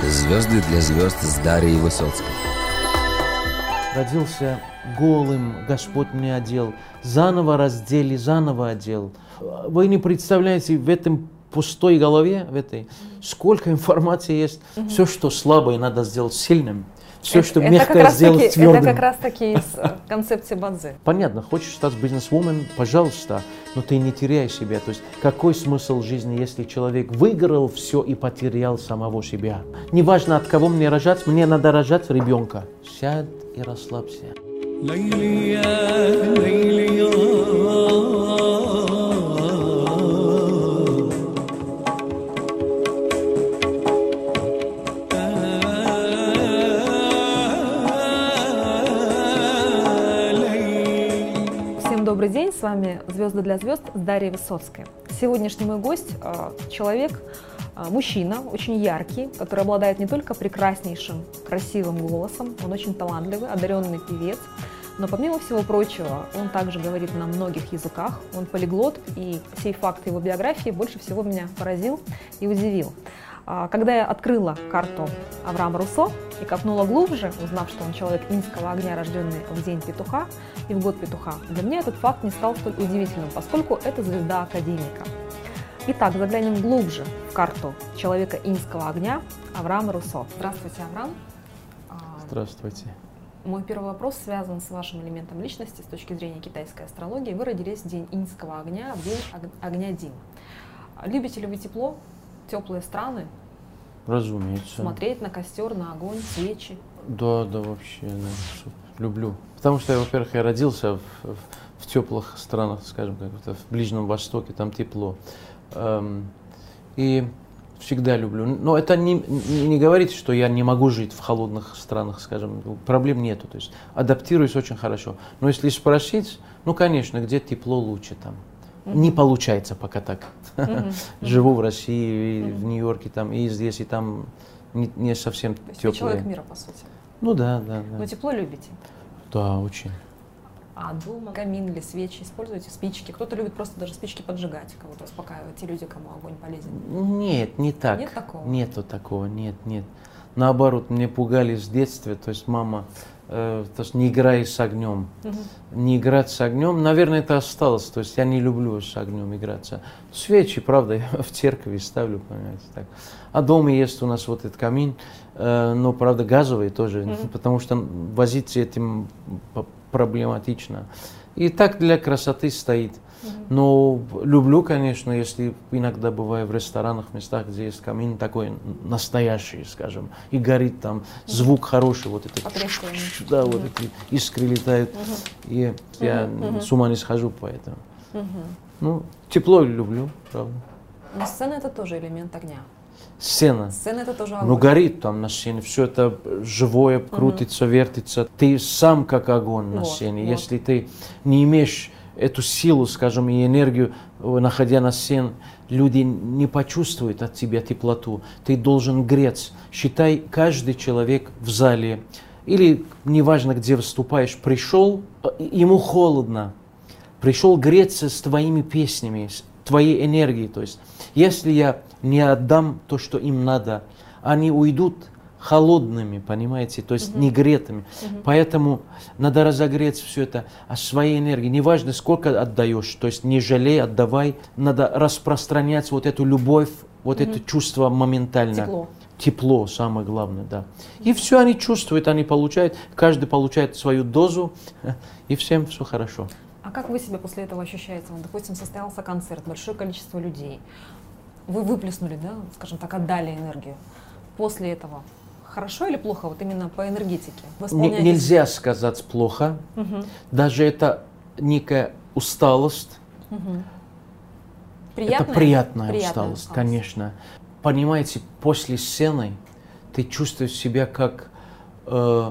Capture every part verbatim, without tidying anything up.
Звезды для звезд с Дарьей Высоцкой. Родился голым, Господь меня одел, заново раздели, заново одел. Вы не представляете, в этом пустой голове, в этой, сколько информации есть. Угу. Все, что слабое, надо сделать сильным. Все, это, что это мягкое, сделать таки, твердым. Это как раз таки из концепции Бадзи. Понятно, хочешь стать бизнесвумен, пожалуйста, но ты не теряй себя. То есть какой смысл жизни, если человек выиграл все и потерял самого себя? Неважно, от кого мне рожать, мне надо рожать ребенка. Сядь и расслабься. Добрый день, с вами «Звезды для звезд» с Дарьей Высоцкой. Сегодняшний мой гость – человек, мужчина, очень яркий, который обладает не только прекраснейшим, красивым голосом, он очень талантливый, одаренный певец, но помимо всего прочего, он также говорит на многих языках, он полиглот, и сей факт его биографии больше всего меня поразил и удивил. Когда я открыла карту Авраама Руссо и копнула глубже, узнав, что он человек инского огня, рожденный в день петуха и в год петуха, для меня этот факт не стал столь удивительным, поскольку это звезда академика. Итак, заглянем глубже в карту человека инского огня Авраама Руссо. Здравствуйте, Авраам. Здравствуйте. Мой первый вопрос связан с вашим элементом личности с точки зрения китайской астрологии. Вы родились в день инского огня, в день огня Дин. Любите ли вы тепло? Теплые страны? Разумеется. Смотреть на костер, на огонь, свечи? Да, да, вообще, да, люблю. Потому что, во-первых, я родился в, в, в теплых странах, скажем, как в Ближнем Востоке, там тепло. Эм, и всегда люблю. Но это не, не, не говорит, что я не могу жить в холодных странах, скажем, проблем нету. То есть адаптируюсь очень хорошо. Но если спросить, ну, конечно, где тепло лучше там. Mm-hmm. Не получается пока так. Mm-hmm. Живу в России, и mm-hmm. в Нью-Йорке, там, и здесь, и там не, не совсем тепло. То есть вы человек мира, по сути. Ну да, да, да. Но тепло любите? Да, очень. А дома камин или свечи используете, спички? Кто-то любит просто даже спички поджигать, кого-то успокаивать, те люди, кому огонь полезен. Нет, не так. Нет такого? Нету такого, нет, нет. Наоборот, мне пугали с детства, то есть мама, э, то есть не играй с огнем, угу. не играть с огнем. Наверное, это осталось, то есть я не люблю с огнем играться. Свечи, правда, я в церкви ставлю, понимаете, так. А дома есть у нас вот этот камин, э, но, правда, газовый тоже, угу. потому что возиться этим проблематично. И так для красоты стоит. Но люблю, конечно, если иногда бываю в ресторанах, в местах, где есть камин такой настоящий, скажем, и горит там, звук хороший, вот это, да, вот эти искры летают, и я с ума не схожу по этому. Ну, тепло люблю, правда. Но сцена — это тоже элемент огня. Сцена. Сцена — это тоже огонь. Ну, горит там на сцене, все это живое, крутится, вертится. Ты сам как огонь на сцене. Если ты не имеешь эту силу, скажем, и энергию, находя на сцене, люди не почувствуют от тебя теплоту. Ты должен греться. Считай, каждый человек в зале, или неважно, где выступаешь, пришел, ему холодно, пришел греться с твоими песнями, с твоей энергией. То есть, если я не отдам то, что им надо, они уйдут холодными, понимаете, то есть uh-huh. негретыми. Uh-huh. Поэтому надо разогреть все это о своей энергии. Неважно, сколько отдаешь, то есть не жалей, отдавай. Надо распространять вот эту любовь, вот uh-huh. это чувство моментально. Тепло. Тепло, самое главное, да. И все они чувствуют, они получают, каждый получает свою дозу, и всем все хорошо. А как вы себя после этого ощущаете? Вот, допустим, состоялся концерт, большое количество людей. Вы выплеснули, да, скажем так, отдали энергию. После этого хорошо или плохо, вот именно по энергетике? Н- нельзя сказать плохо. Угу. Даже это некая усталость. Угу. Приятная? Это приятная, приятная усталость, усталость, конечно. Понимаете, после сцены ты чувствуешь себя как э,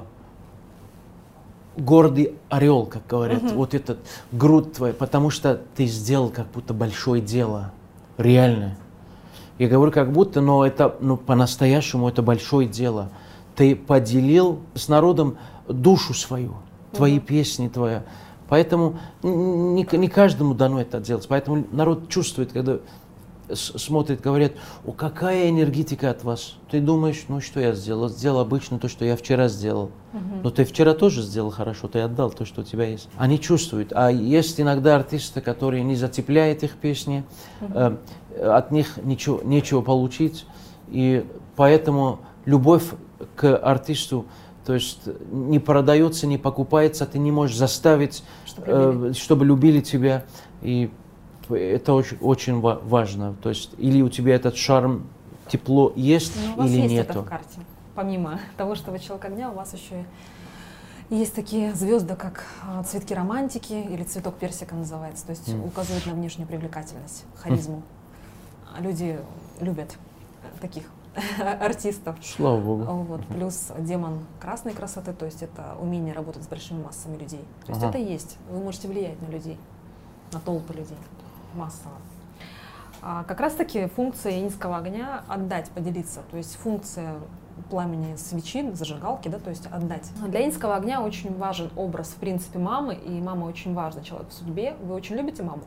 гордый орел, как говорят. Угу. Вот этот грудь твоя, потому что ты сделал как будто большое дело, реальное. Я говорю как будто, но это, ну, по-настоящему это большое дело. Ты поделил с народом душу свою, твои угу. песни, твоя. Поэтому не, не каждому дано это делать. Поэтому народ чувствует, когда смотрят, говорят: о, какая энергетика от вас. Ты думаешь, ну что я сделал? Сделал обычно то, что я вчера сделал. Uh-huh. Но ты вчера тоже сделал хорошо, ты отдал то, что у тебя есть. Они чувствуют. А есть иногда артисты, которые не зацепляют их песни, uh-huh. э, от них ничего, нечего получить. И поэтому любовь к артисту, то есть не продается, не покупается, ты не можешь заставить, чтобы любили, э, чтобы любили тебя. И это очень, очень важно. То есть или у тебя этот шарм, тепло есть, или нет. У вас есть это в карте. Помимо того, что вы человек огня, у вас еще есть такие звезды, как цветки романтики или цветок персика называется. То есть mm. указывает на внешнюю привлекательность, харизму. Mm. Люди любят таких артистов. Слава Богу. Вот. Плюс демон красной красоты, то есть это умение работать с большими массами людей. То есть ага. это есть. Вы можете влиять на людей, на толпы людей. Массово. А как раз таки функция инского огня — отдать, поделиться. То есть функция пламени свечи, зажигалки, да, то есть отдать. Для инского огня очень важен образ, в принципе, мамы, и мама очень важный человек в судьбе. Вы очень любите маму?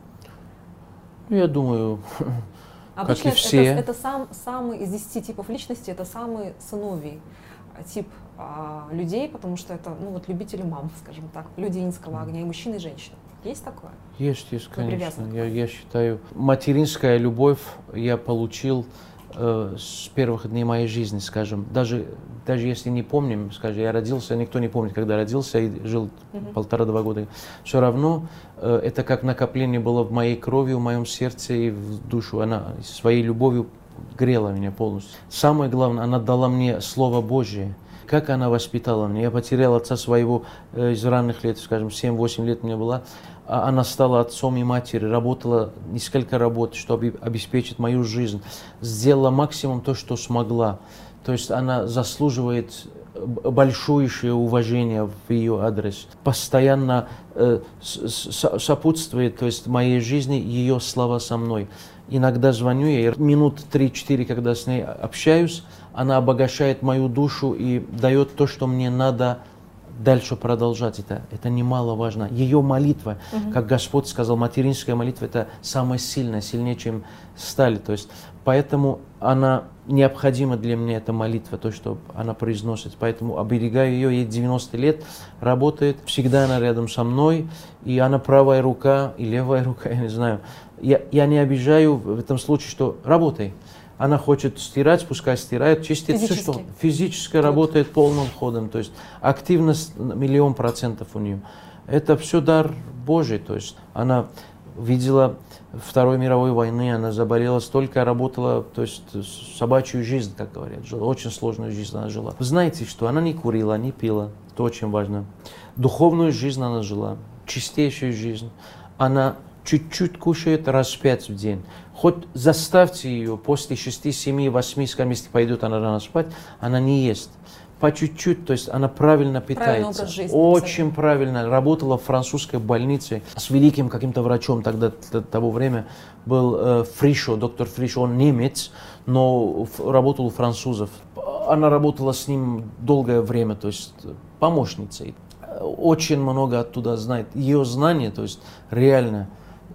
Я думаю, обычно как и все. Это, это сам, самый из десяти типов личности, это самый сыновий тип а, людей, потому что это, ну вот, любители мам, скажем так, люди инского огня, и мужчины, и женщины. Есть такое? Есть, есть, конечно. Я, я считаю, материнская любовь я получил э, с первых дней моей жизни, скажем. Даже, даже если не помним, скажем, я родился, никто не помнит, когда родился, и жил uh-huh. полтора-два года. Все равно э, это как накопление было в моей крови, в моем сердце и в душу. Она своей любовью грела меня полностью. Самое главное, она дала мне Слово Божие. Как она воспитала меня. Я потерял отца своего э, из ранних лет, скажем, семь-восемь лет мне было. А она стала отцом и матерью, работала несколько работ, чтобы обеспечить мою жизнь. Сделала максимум то, что смогла. То есть она заслуживает большое уважение в ее адрес. Постоянно э, с, сопутствует, то есть моей жизни ее слова со мной. Иногда звоню ей, минут три-четыре, когда с ней общаюсь, она обогащает мою душу и дает то, что мне надо дальше продолжать. Это, это немаловажно. Ее молитва, угу. как Господь сказал, материнская молитва, это самая сильная, сильнее, чем сталь. То есть, поэтому она необходима для меня, эта молитва, то, что она произносит. Поэтому оберегаю ее, ей девяносто лет, работает, всегда она рядом со мной, и она правая рука и левая рука, я не знаю. Я, я не обижаю в этом случае, что работай. Она хочет стирать, пускай стирает, чистит, все, что физически работает полным ходом, то есть активность миллион процентов у нее. Это все дар Божий, то есть она видела Второй мировой войны, она заболела, столько работала, то есть собачью жизнь, как говорят, жила, очень сложную жизнь она жила. Вы знаете, что она не курила, не пила, это очень важно. Духовную жизнь она жила, чистейшую жизнь. Она чуть-чуть кушает раз пять в день. Хоть заставьте ее после шести, семи, восьми, скажем, если пойдет она рано спать, она не ест. По чуть-чуть, то есть она правильно питается. Жизни, очень правильно. Работала в французской больнице с великим каким-то врачом тогда, того времени, был э, Фришо, доктор Фришо, он немец, но работал у французов. Она работала с ним долгое время, то есть помощницей. Очень много оттуда знает. Ее знания, то есть реально,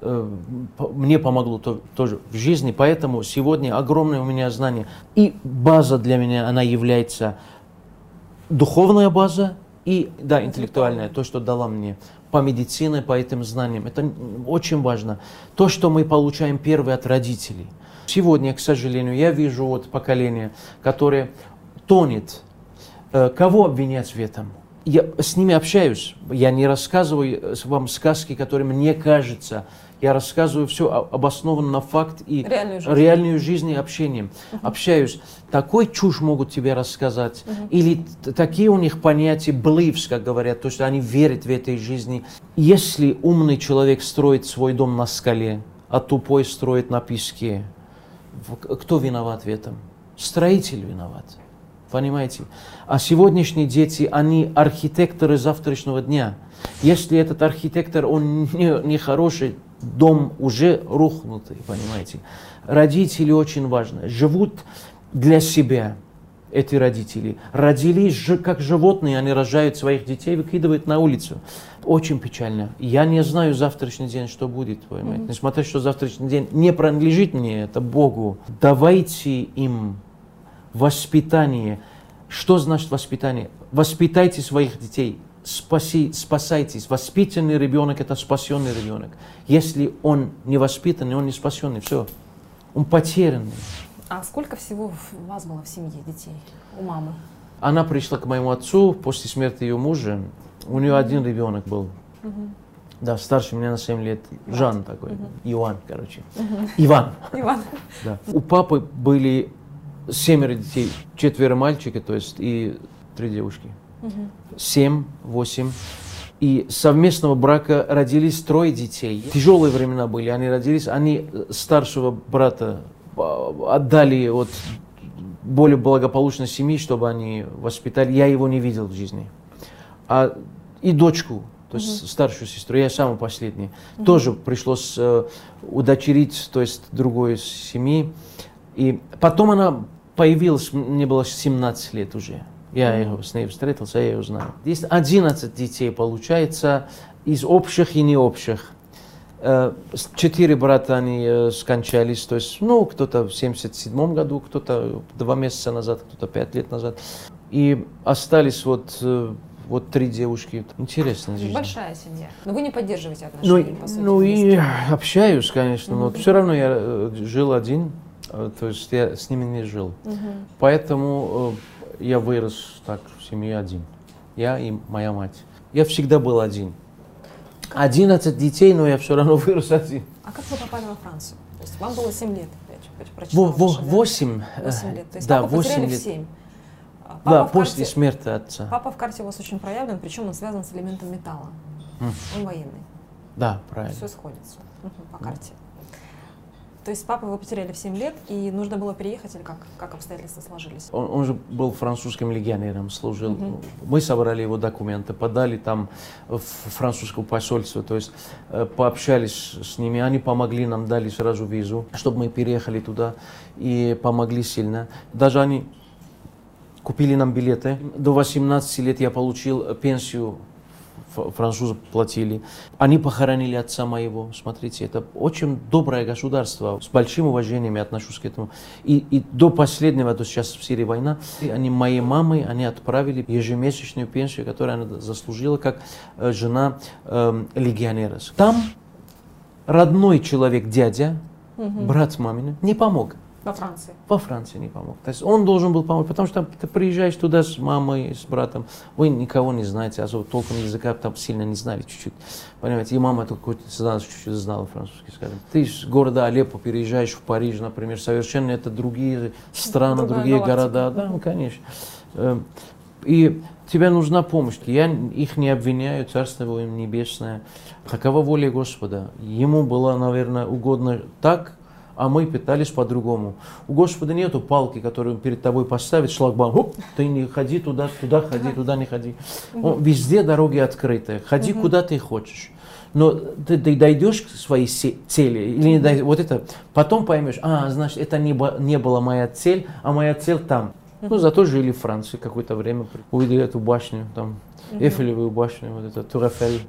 мне помогло то, тоже в жизни, поэтому сегодня огромное у меня знание. И база для меня, она является духовная база и, да, интеллектуальная, то, что дала мне по медицине, по этим знаниям. Это очень важно. То, что мы получаем первое от родителей. Сегодня, к сожалению, я вижу вот поколение, которое тонет. Кого обвинять в этом? Я с ними общаюсь, я не рассказываю вам сказки, которые мне кажется, я рассказываю все обоснованно на факт и реальную жизнь, реальную жизнь и общением. Uh-huh. Общаюсь. Такой чушь могут тебе рассказать. Uh-huh. Или такие у них понятия, beliefs, как говорят, то, что они верят в этой жизни. Если умный человек строит свой дом на скале, а тупой строит на песке, кто виноват в этом? Строитель виноват. Понимаете? А сегодняшние дети, они архитекторы завтрашнего дня. Если этот архитектор, он не, не хороший, дом уже рухнутый, понимаете? Родители очень важны. Живут для себя. эти родители. Родились же как животные, они рожают своих детей, выкидывают на улицу. Очень печально. Я не знаю завтрашний день, что будет. Mm-hmm. Несмотря что завтрашний день не принадлежит мне, это Богу. Давайте им воспитание. Что значит воспитание? Воспитайте своих детей. Спаси, спасайтесь. Воспитанный ребенок – это спасенный ребенок. Если он не воспитанный, он не спасенный. Все. Он потерянный. А сколько всего у вас было в семье детей, у мамы? Она пришла к моему отцу после смерти ее мужа. У нее mm-hmm. один ребенок был. Mm-hmm. Да, старше меня на семь лет. Брат. Жан такой. Mm-hmm. Иван, короче. Mm-hmm. Иван. Иван. Да. У папы были семеро детей. Четверо мальчика, то есть, и три девушки. Mm-hmm. Семь, восемь. И совместного брака родились трое детей. Тяжелые времена были. Они родились. Они старшего брата отдали от более благополучной семьи, чтобы они воспитали. Я его не видел в жизни. А и дочку, то есть uh-huh. старшую сестру, я самый последний, uh-huh. тоже пришлось э, удочерить, то есть другой семьи. И потом она появилась, мне было семнадцать лет уже. Я uh-huh. его, с ней встретился, я ее знаю. Здесь одиннадцать детей получается, из общих и не общих. Четыре брата, они скончались, то есть, ну, кто-то в семьдесят седьмом году, кто-то два месяца назад, кто-то пять лет назад. И остались вот, вот три девушки. Интересная жизнь. Большая семья. Но вы не поддерживаете отношения, ну, по сути. Ну, и общаюсь, конечно, mm-hmm. но все равно я жил один, то есть я с ними не жил. Mm-hmm. Поэтому я вырос так в семье один. Я и моя мать. Я всегда был один. одиннадцать детей, но я все равно вырос один. А как вы попали во Францию? То есть вам было семь лет, во, во, восемь. восемь лет. То есть да, папу потеряли в семь. Папа да, в после карте, смерти отца. Папа в карте у вас очень проявлен, причем он связан с элементом металла. Mm. Он военный. Да, правильно. Все сходится угу, по карте. То есть папу вы потеряли в семь лет, и нужно было переехать, или как, как обстоятельства сложились? Он, он же был французским легионером, служил. Uh-huh. Мы собрали его документы, подали там в французское посольство, то есть э, пообщались с ними, они помогли нам, дали сразу визу, чтобы мы переехали туда, и помогли сильно. Даже они купили нам билеты. До восемнадцати лет я получил пенсию. Французы платили. Они похоронили отца моего. Смотрите, это очень доброе государство. С большим уважением я отношусь к этому. И, и до последнего, то сейчас в Сирии война, они моей мамой, они отправили ежемесячную пенсию, которую она заслужила как э, жена э, легионера. Там родной человек, дядя, угу. брат мамины, не помог. Во Франции? Во Франции не помог. То есть он должен был помочь, потому что ты приезжаешь туда с мамой, с братом, вы никого не знаете, особо толком языка там сильно не знали чуть-чуть. Понимаете, и мама только чуть-чуть знала французский, скажем. Ты из города Алеппо переезжаешь в Париж, например, совершенно это другие страны, Другая другие галактика. города. Да, ну, конечно. И тебе нужна помощь. Я их не обвиняю, Царство Его Небесное. Такова воля Господа. Ему было, наверное, угодно так, а мы питались по-другому. У Господа нету палки, которую он перед тобой поставит, шлагбаум, хоп, ты не ходи туда, туда ходи, туда не ходи. Он, везде дороги открыты, ходи куда ты хочешь. Но ты, ты дойдешь к своей цели, или не дойдешь, вот это, потом поймешь, а, значит, это не, не была моя цель, а моя цель там. Ну, зато жили в Франции какое-то время, увидели эту башню, там, Эйфелевую башню, вот это, Тур Эйфель.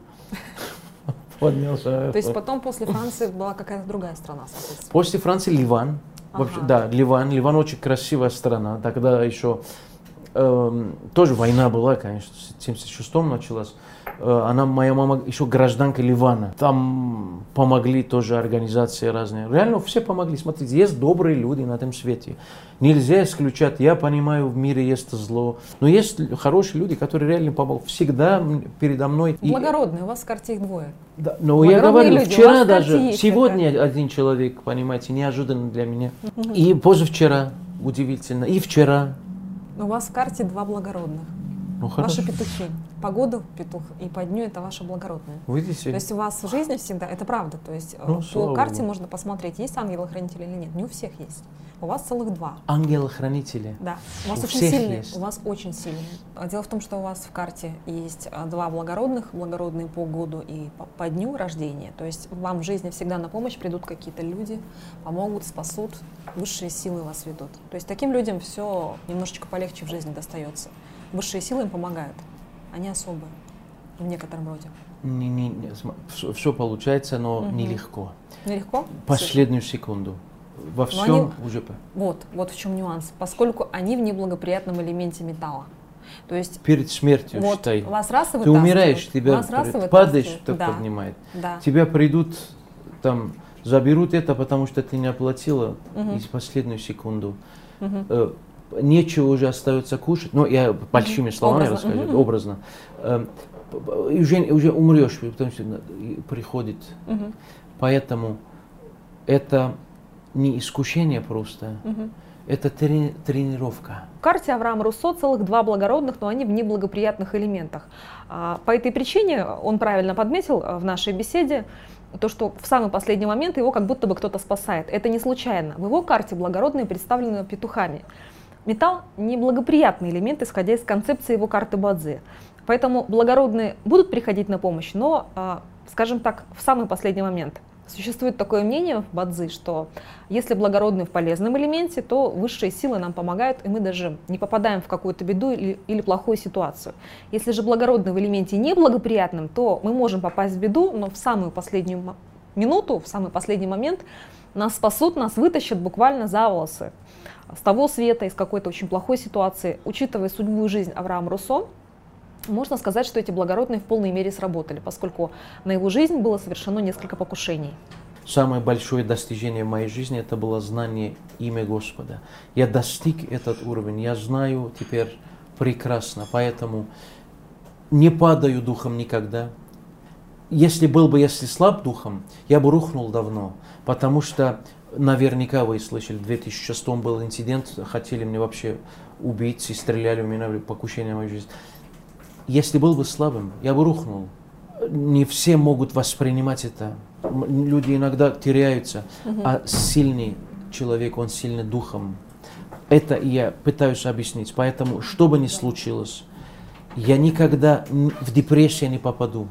То есть потом после Франции была какая-то другая страна, соответственно? После Франции Ливан. Ага. Вообще, да, Ливан. Ливан очень красивая страна. Тогда еще э, тоже война была, конечно, в семьдесят шестом началась. Э, она, моя мама, еще гражданка Ливана. Там помогли тоже организации разные. Реально все помогли. Смотрите, есть добрые люди на этом свете. Нельзя исключать. Я понимаю, в мире есть зло. Но есть хорошие люди, которые реально помогут. Всегда передо мной. Благородные, у вас в карте их двое. Да, но я говорю, люди, вчера даже, сегодня это. Один человек, понимаете, неожиданно для меня. Угу. И позавчера, удивительно, и вчера. У вас в карте два благородных. Ну, Ваши петухи. по году петух и по дню это ваше благородное. Видите? То есть у вас в жизни всегда, это правда, то есть Ну, по слава карте Богу. можно посмотреть, есть ангелы-хранители или нет. Не у всех есть. У вас целых два. Ангелы-хранители. Да, у вас У очень всех сильные. есть. У вас очень сильные. А Дело в том, что у вас в карте есть а, два благородных, благородные по году и по, по дню рождения. То есть вам в жизни всегда на помощь придут какие-то люди, помогут, спасут, высшие силы вас ведут. То есть таким людям все немножечко полегче в жизни достается. Высшие силы им помогают. Они особые в некотором роде. Не, не, не, все получается, но Мгм. нелегко. Нелегко? Последнюю секунду. Во Но всем они- уже... по- Вот, вот в чем нюанс. Поскольку они в неблагоприятном элементе металла. То есть Перед смертью, вот считай. вас раз и Ты вытаскивают, умираешь, тебя вас раз и пред- падаешь, вытаскивают. так Да, поднимает. да. Тебя придут, там, заберут это, потому что ты не оплатила Мгм. и в последнюю секунду. Мгм. Э, нечего уже остается кушать. Ну, я большими словами Образно. расскажу, Мгм. образно. Э, п- п- уже, уже умрешь, потому что на- и приходит. Мгм. Поэтому это не искушение просто, Мгм. это трени- тренировка. В карте Авраама Руссо целых два благородных, но они в неблагоприятных элементах. А, По этой причине он правильно подметил а, в нашей беседе то, что в самый последний момент его как будто бы кто-то спасает. Это не случайно. В его карте благородные представлены петухами. Металл – неблагоприятный элемент, исходя из концепции его карты Бадзи. Поэтому благородные будут приходить на помощь, но, а, скажем так, в самый последний момент. Существует такое мнение в Бадзи, что если благородный в полезном элементе, то высшие силы нам помогают, и мы даже не попадаем в какую-то беду или, или плохую ситуацию. Если же благородный в элементе неблагоприятном, то мы можем попасть в беду, но в самую последнюю м- минуту, в самый последний момент нас спасут, нас вытащат буквально за волосы с того света, из какой-то очень плохой ситуации. Учитывая судьбу и жизнь Авраама Руссо, можно сказать, что эти благородные в полной мере сработали, поскольку на его жизнь было совершено несколько покушений. Самое большое достижение в моей жизни это было знание имя Господа. Я достиг этот уровень, я знаю теперь прекрасно, поэтому не падаю духом никогда. Если был бы, если слаб духом, я бы рухнул давно, потому что наверняка вы слышали, в две тысячи шестом был инцидент, хотели мне вообще убить и стреляли у меня, покушение на мою жизнь. Если был бы слабым, я бы рухнул. Не все могут воспринимать это. М, Люди иногда теряются, а сильный человек, он сильный духом. Это я пытаюсь объяснить. Поэтому, что бы ни случилось, я никогда н- в депрессию не попаду.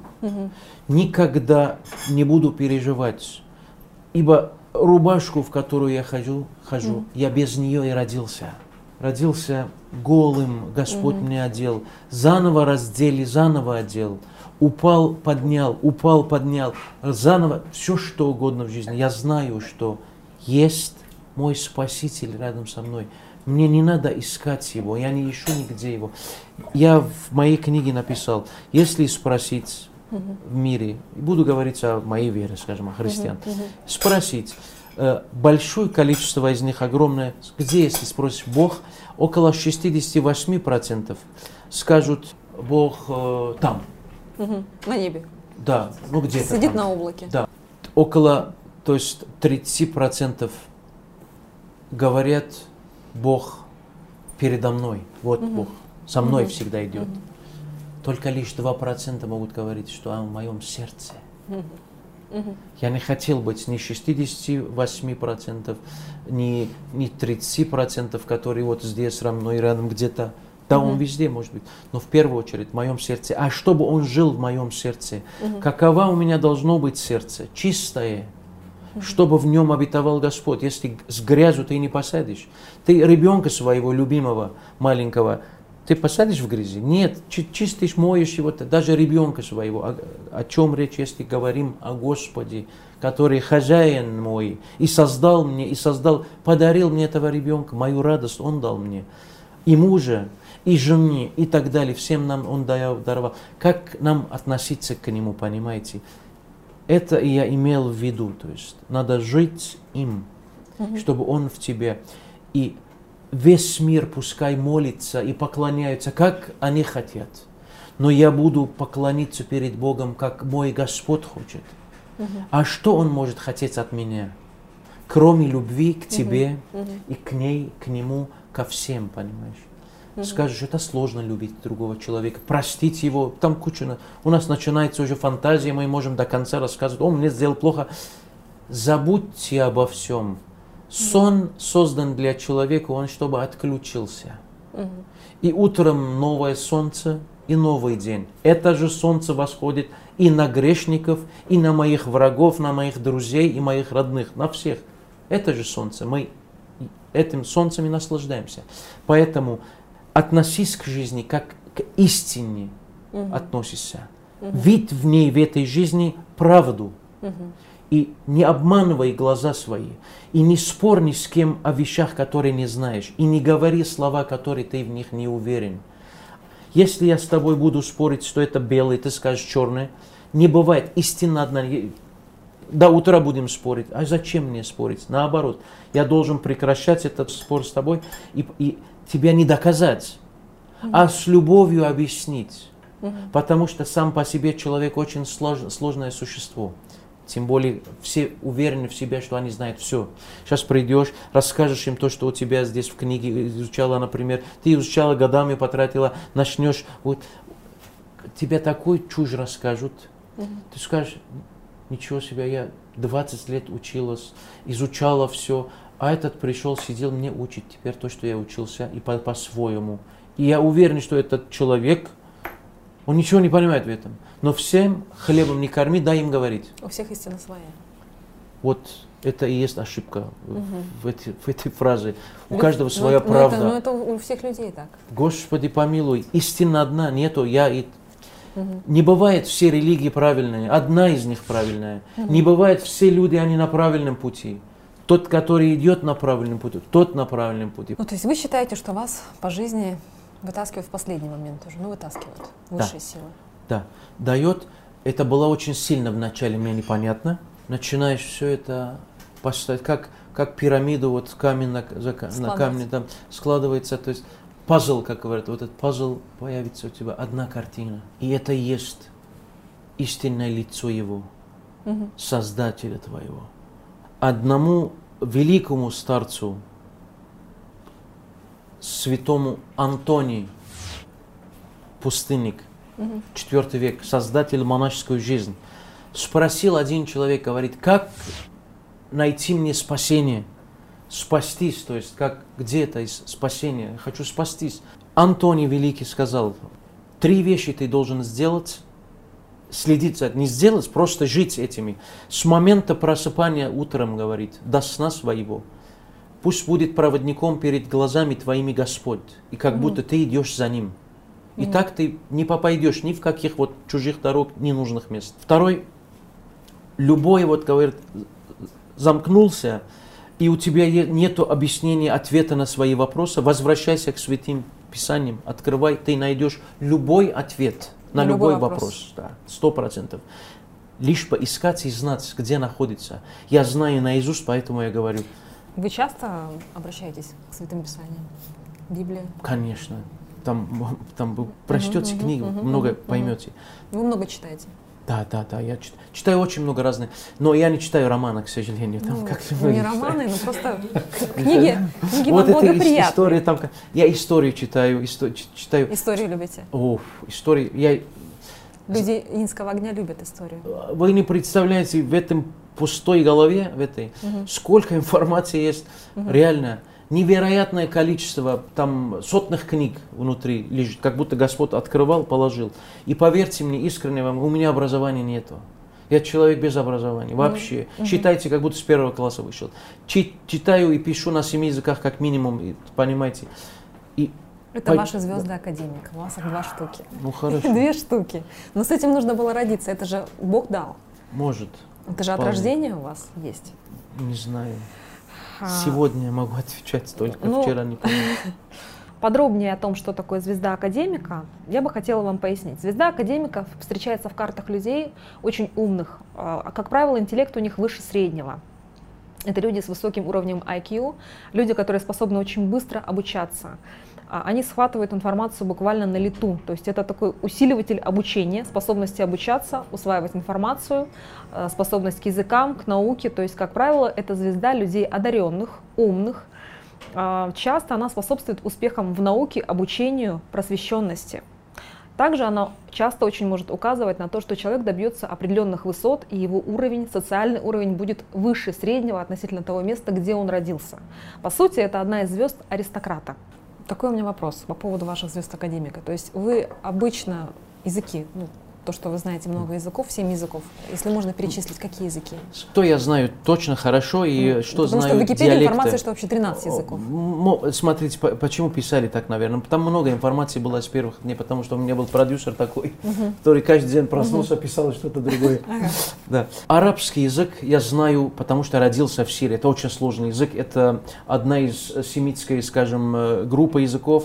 Никогда не буду переживать. Ибо рубашку, в которую я хожу, хожу я без нее и родился. Родился голым, Господь мне одел. Заново раздели, заново одел. Упал, поднял, упал, поднял. Заново, все что угодно в жизни. Я знаю, что есть мой Спаситель рядом со мной. Мне не надо искать его, я не ищу нигде его. Я в моей книге написал, если спросить в мире, буду говорить о моей вере, скажем, о христиан, спросить, э, большое количество из них, огромное, где, если спросишь Бог, около шестьдесят восемь процентов скажут, Бог э, там. Мгм. На небе. Да, ну где-то Сидит там. на облаке. Да. Около, то есть тридцать процентов говорят, Бог передо мной, вот Бог, со мной всегда идет. Только лишь два процента могут говорить, что он в моем сердце. Я не хотел быть ни шестьдесят восемь процентов, ни, ни тридцать процентов, которые вот здесь со мной рядом где-то. Да, он везде может быть, но в первую очередь в моем сердце. А чтобы он жил в моем сердце, какова у меня должно быть сердце? Чистое, чтобы в нем обетовал Господь. Если с грязью ты не посадишь, ты ребенка своего любимого, маленького, ты посадишь в грязи? Нет, чи- чистишь, моешь его, даже ребенка своего. О, о чем речь, если говорим о Господе, который хозяин мой, и создал мне, и создал, подарил мне этого ребенка, мою радость он дал мне. И мужа, и жене, и так далее, всем нам он даровал. Как нам относиться к нему, понимаете? Это я имел в виду, то есть надо жить им, чтобы он в тебе. И весь мир пускай молится и поклоняется, как они хотят. Но я буду поклониться перед Богом, как мой Господь хочет. А что Он может хотеть от меня? Кроме любви к тебе и к ней, к нему, ко всем, понимаешь? Угу. Скажешь, это сложно любить другого человека, простить его. Там куча... У нас начинается уже фантазия, мы можем до конца рассказывать, он мне сделал плохо. Забудьте обо всем. Сон создан для человека, он чтобы отключился. Угу. И утром новое солнце и новый день. Это же солнце восходит и на грешников, и на моих врагов, на моих друзей и моих родных, на всех. Это же солнце. Мы этим солнцем и наслаждаемся. Поэтому относись к жизни как к истине. Угу. Относишься. Угу. Видь в ней, в этой жизни, правду. Угу. И не обманывай глаза свои. И не спорь ни с кем о вещах, которые не знаешь. И не говори слова, которые ты в них не уверен. Если я с тобой буду спорить, что это белый, ты скажешь черный, не бывает. Истина одна. До утра будем спорить. А зачем мне спорить? Наоборот, я должен прекращать этот спор с тобой и, и тебя не доказать, mm-hmm. а с любовью объяснить. Mm-hmm. Потому что сам по себе человек очень слож, сложное существо. Тем более все уверены в себе, что они знают все. Сейчас придешь, расскажешь им то, что у тебя здесь в книге изучала, например. Ты изучала годами, потратила, начнешь. Вот, тебе такую чушь расскажут. Mm-hmm. Ты скажешь, ничего себе, я двадцать лет училась, изучала все. А этот пришел, сидел, мне учит теперь то, что я учился, и по- по-своему. И я уверен, что этот человек, он ничего не понимает в этом. Но всем хлебом не корми, дай им говорить. У всех истина своя. Вот это и есть ошибка угу. в, эти, в этой фразе. У Ведь, каждого своя но правда. Это, но это у всех людей так. Господи помилуй, истина одна, нету я и... Угу. Не бывает все религии правильные, одна из них правильная. Угу. Не бывает все люди, они на правильном пути. Тот, который идет на правильном пути, тот на правильном пути. Ну, то есть вы считаете, что вас по жизни вытаскивают в последний момент уже? Ну, вытаскивают высшие да. силы. Да, дает. Это было очень сильно вначале, мне непонятно. Начинаешь все это поставить, как, как пирамиду, вот камень на, за, на камне там складывается. То есть пазл, как говорят, вот этот пазл, появится у тебя одна картина. И это и есть истинное лицо его, угу. Создателя твоего. Одному великому старцу, святому Антонию, пустынник, угу. четвёртый век, создатель монашескую жизнь, спросил один человек, говорит, как найти мне спасение, спастись, то есть как где это спасение, хочу спастись. Антоний Великий сказал, три вещи ты должен сделать, следить за этим, не сделать, просто жить этими. С момента просыпания утром, говорит, до сна своего. Пусть будет проводником перед глазами твоими Господь, и как mm-hmm. будто ты идешь за Ним. И mm-hmm. так ты не попадешь ни в каких вот чужих дорог, ненужных мест. Второй, любой, вот говорит, замкнулся, и у тебя нету объяснения, ответа на свои вопросы, возвращайся к святым Писаниям, открывай, ты найдешь любой ответ на, на любой, любой вопрос. Да, сто процентов. Лишь поискать и знать, где находится. Я знаю наизусть, поэтому я говорю. Вы часто обращаетесь к святым Писаниям? Библия? Конечно. Там, там вы прочтете uh-huh, книгу, uh-huh, много uh-huh. поймете. Вы много читаете? Да, да, да. Я чит, читаю очень много разных. Но я не читаю романы, к сожалению. Там, ну, как не романы, но просто книги, книги вам благоприятны. История, там, я историю читаю, историю читаю. Историю любите? О, историю. Я... Люди Инского огня любят историю. Вы не представляете, в этом пустой голове, в этой, угу. сколько информации есть, угу. реально. Невероятное количество, там сотных книг внутри лежит, как будто Господь открывал, положил. И поверьте мне, искренне вам, у меня образования нету. Я человек без образования, вообще. Mm-hmm. Читайте, как будто с первого класса вышел. Чи- читаю и пишу на семи языках, как минимум, и, понимаете. И это по... ваши звезды академик, у вас их два штуки. Ну хорошо. Две штуки. Но с этим нужно было родиться, это же Бог дал. Может. Это же от рождения у вас есть? Не знаю. Сегодня я могу отвечать только, ну, вчера не помню. Подробнее о том, что такое звезда академика, я бы хотела вам пояснить. Звезда академика встречается в картах людей очень умных. Как правило, интеллект у них выше среднего. Это люди с высоким уровнем ай кью, люди, которые способны очень быстро обучаться. Они схватывают информацию буквально на лету. То есть это такой усиливатель обучения, способности обучаться, усваивать информацию, способность к языкам, к науке. То есть, как правило, это звезда людей одаренных, умных, часто она способствует успехам в науке, обучению, просвещенности. Также она часто очень может указывать на то, что человек добьется определенных высот, и его уровень, социальный уровень будет выше среднего относительно того места, где он родился. По сути, это одна из звезд аристократа. Такой у меня вопрос по поводу ваших звезд академика. То есть вы обычно языки, ну, то, что вы знаете много языков, семь языков, если можно перечислить, какие языки? Что я знаю точно хорошо и mm. что Потому знаю что в Википедии диалекты. информация, что вообще тринадцать языков. Смотрите, почему писали так, наверное. Там много информации было с первых дней, потому что у меня был продюсер такой, uh-huh. который каждый день проснулся, uh-huh. писал что-то другое. Uh-huh. Да. Арабский язык я знаю, потому что родился в Сирии. Это очень сложный язык. Это одна из семитской, скажем, группы языков.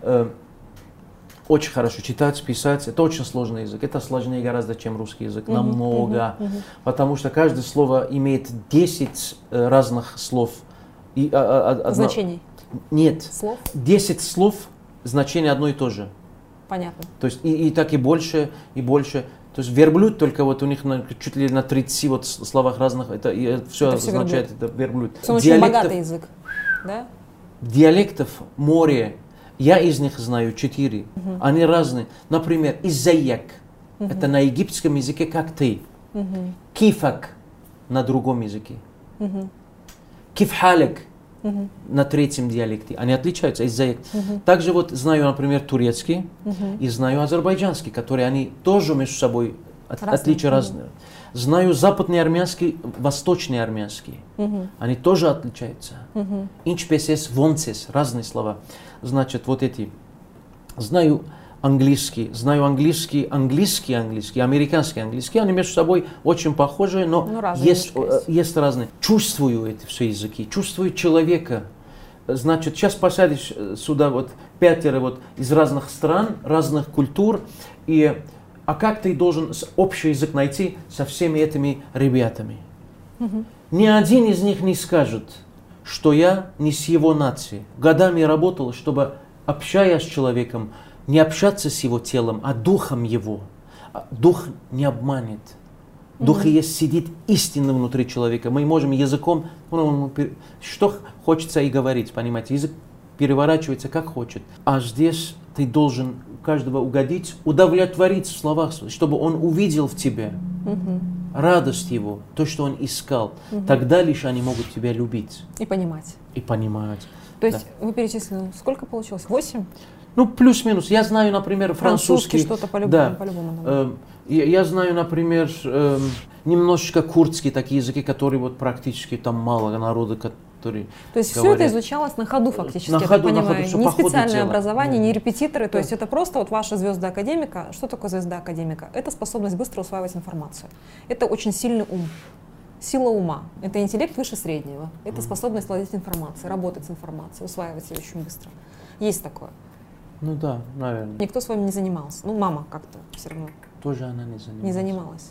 Очень хорошо читать, писать. Это очень сложный язык. Это сложнее гораздо, чем русский язык. Uh-huh, Намного. Uh-huh, uh-huh. Потому что каждое слово имеет десять э, разных слов. И, а, а, одно... Значений? Нет. Слов? десять слов, значение одно и то же. Понятно. То есть и, и так и больше, и больше. То есть верблюд только вот у них на, чуть ли на тридцати вот словах разных. Это, и, все это означает верблюд. Это верблюд. Это очень богатый язык. Да? Диалектов море. Я из них знаю четыре. Uh-huh. Они разные. Например, иззаяк. Uh-huh. Это на египетском языке как ты. Uh-huh. Кифак на другом языке. Uh-huh. Кифхалек uh-huh. на третьем диалекте. Они отличаются. Иззаяк. Uh-huh. Также вот знаю, например, турецкий uh-huh. и знаю азербайджанский, которые они тоже между собой от, отличия uh-huh. разные. Знаю западный армянский, восточный армянский. Uh-huh. Они тоже отличаются. Uh-huh. Инчпесес, вонцес, разные слова. Значит, вот эти. Знаю английский, знаю английский, английский, английский, американский, английский. Они между собой очень похожи, но ну, есть, есть. есть разные. Чувствую эти все языки, чувствую человека. Значит, сейчас посадишь сюда вот пятеро вот из разных стран, разных культур, и а как ты должен общий язык найти со всеми этими ребятами? Uh-huh. Ни один из них не скажет, что я не с его нации. Годами работал, чтобы, общаясь с человеком, не общаться с его телом, а духом его. Дух не обманет. Дух mm-hmm. есть сидит истинно внутри человека. Мы можем языком, что хочется и говорить, понимаете. Язык переворачивается как хочет. А здесь ты должен каждого угодить, удовлетворить в словах, чтобы он увидел в тебе mm-hmm. радость его, то, что он искал. Mm-hmm. Тогда лишь они могут тебя любить. И понимать. И понимать. То есть да. вы перечислили, сколько получилось? Восемь? Ну, плюс-минус. Я знаю, например, французский. Французский что-то по-любому. Да. по-любому э, я, я знаю, например, э, немножечко курдский, такие языки, которые вот практически там мало народа, которые То есть говорят. все это изучалось на ходу фактически, на я ходу, так на понимаю. ходу, не специальное дела. образование, да. не репетиторы. То да. есть это просто вот ваша звезда академика. Что такое звезда академика? Это способность быстро усваивать информацию. Это очень сильный ум. Сила ума. Это интеллект выше среднего. Это способность владеть информацией, работать с информацией, усваивать ее очень быстро. Есть такое. Ну да, наверное. Никто с вами не занимался. Ну, мама как-то все равно. Тоже она не занималась. Не занималась.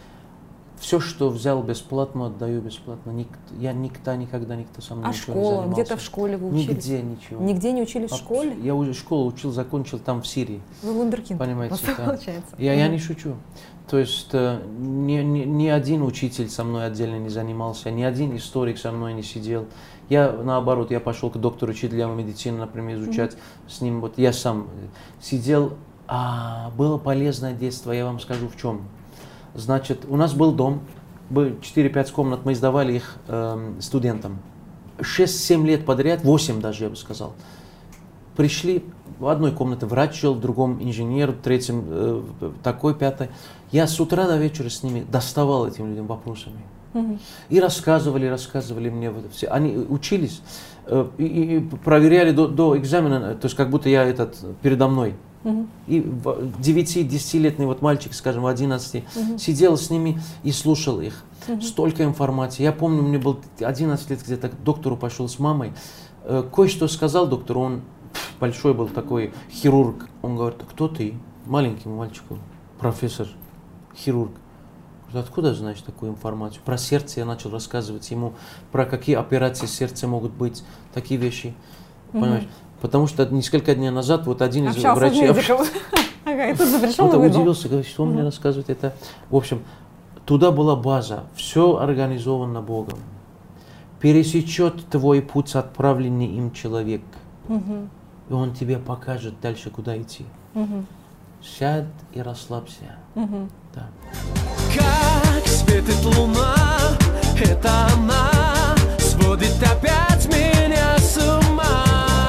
Все, что взял бесплатно, отдаю бесплатно. Ник, я никогда, никогда, никто со мной а ничего школа? не занимался. Где-то в школе вы учились? Нигде ничего. Нигде не учились в школе? Я уже школу учил, закончил там в Сирии. Вы вундеркинд. Понимаете, да. Получается. Я, я не шучу. То есть э, ни, ни, ни один учитель со мной отдельно не занимался, ни один историк со мной не сидел. Я, наоборот, я пошел к доктору учителя медицины, например, изучать mm-hmm. с ним. Вот я сам сидел, а было полезное детство, я вам скажу в чем. Значит, у нас был дом, было четыре-пять комнат, мы сдавали их э, студентам. шесть-семь лет подряд, восемь даже, я бы сказал. Пришли, в одной комнате врач жил, в другом инженер, в третьем э, такой, пятый. Я с утра до вечера с ними доставал этим людям вопросами. Mm-hmm. И рассказывали, рассказывали мне. Вот, все. Они учились э, и, и проверяли до, до экзамена, то есть как будто я этот передо мной. Mm-hmm. И девяти-десятилетний вот мальчик, скажем, в одиннадцати, mm-hmm. сидел с ними и слушал их. Mm-hmm. Столько информации. Я помню, мне было одиннадцать лет, где-то к доктору пошел с мамой. Э, кое-что сказал доктору, он большой был такой хирург. Он говорит: кто ты? Маленьким мальчиком. Профессор, хирург. Говорит: откуда знаешь такую информацию? Про сердце я начал рассказывать ему, про какие операции сердца могут быть, такие вещи. Mm-hmm. Понимаешь? Потому что несколько дней назад вот один из общался врачей... Ага, и тут запрещен и удивился, говорит, что он мне рассказывает. Это, в общем, туда была база, все организовано Богом. пересечет твой путь, отправленный им человек. Мгм. И он тебе покажет дальше, куда идти. Мгм. Сядь и расслабься. Мгм. Да. Как светит луна, это она сводит опять меня с ума.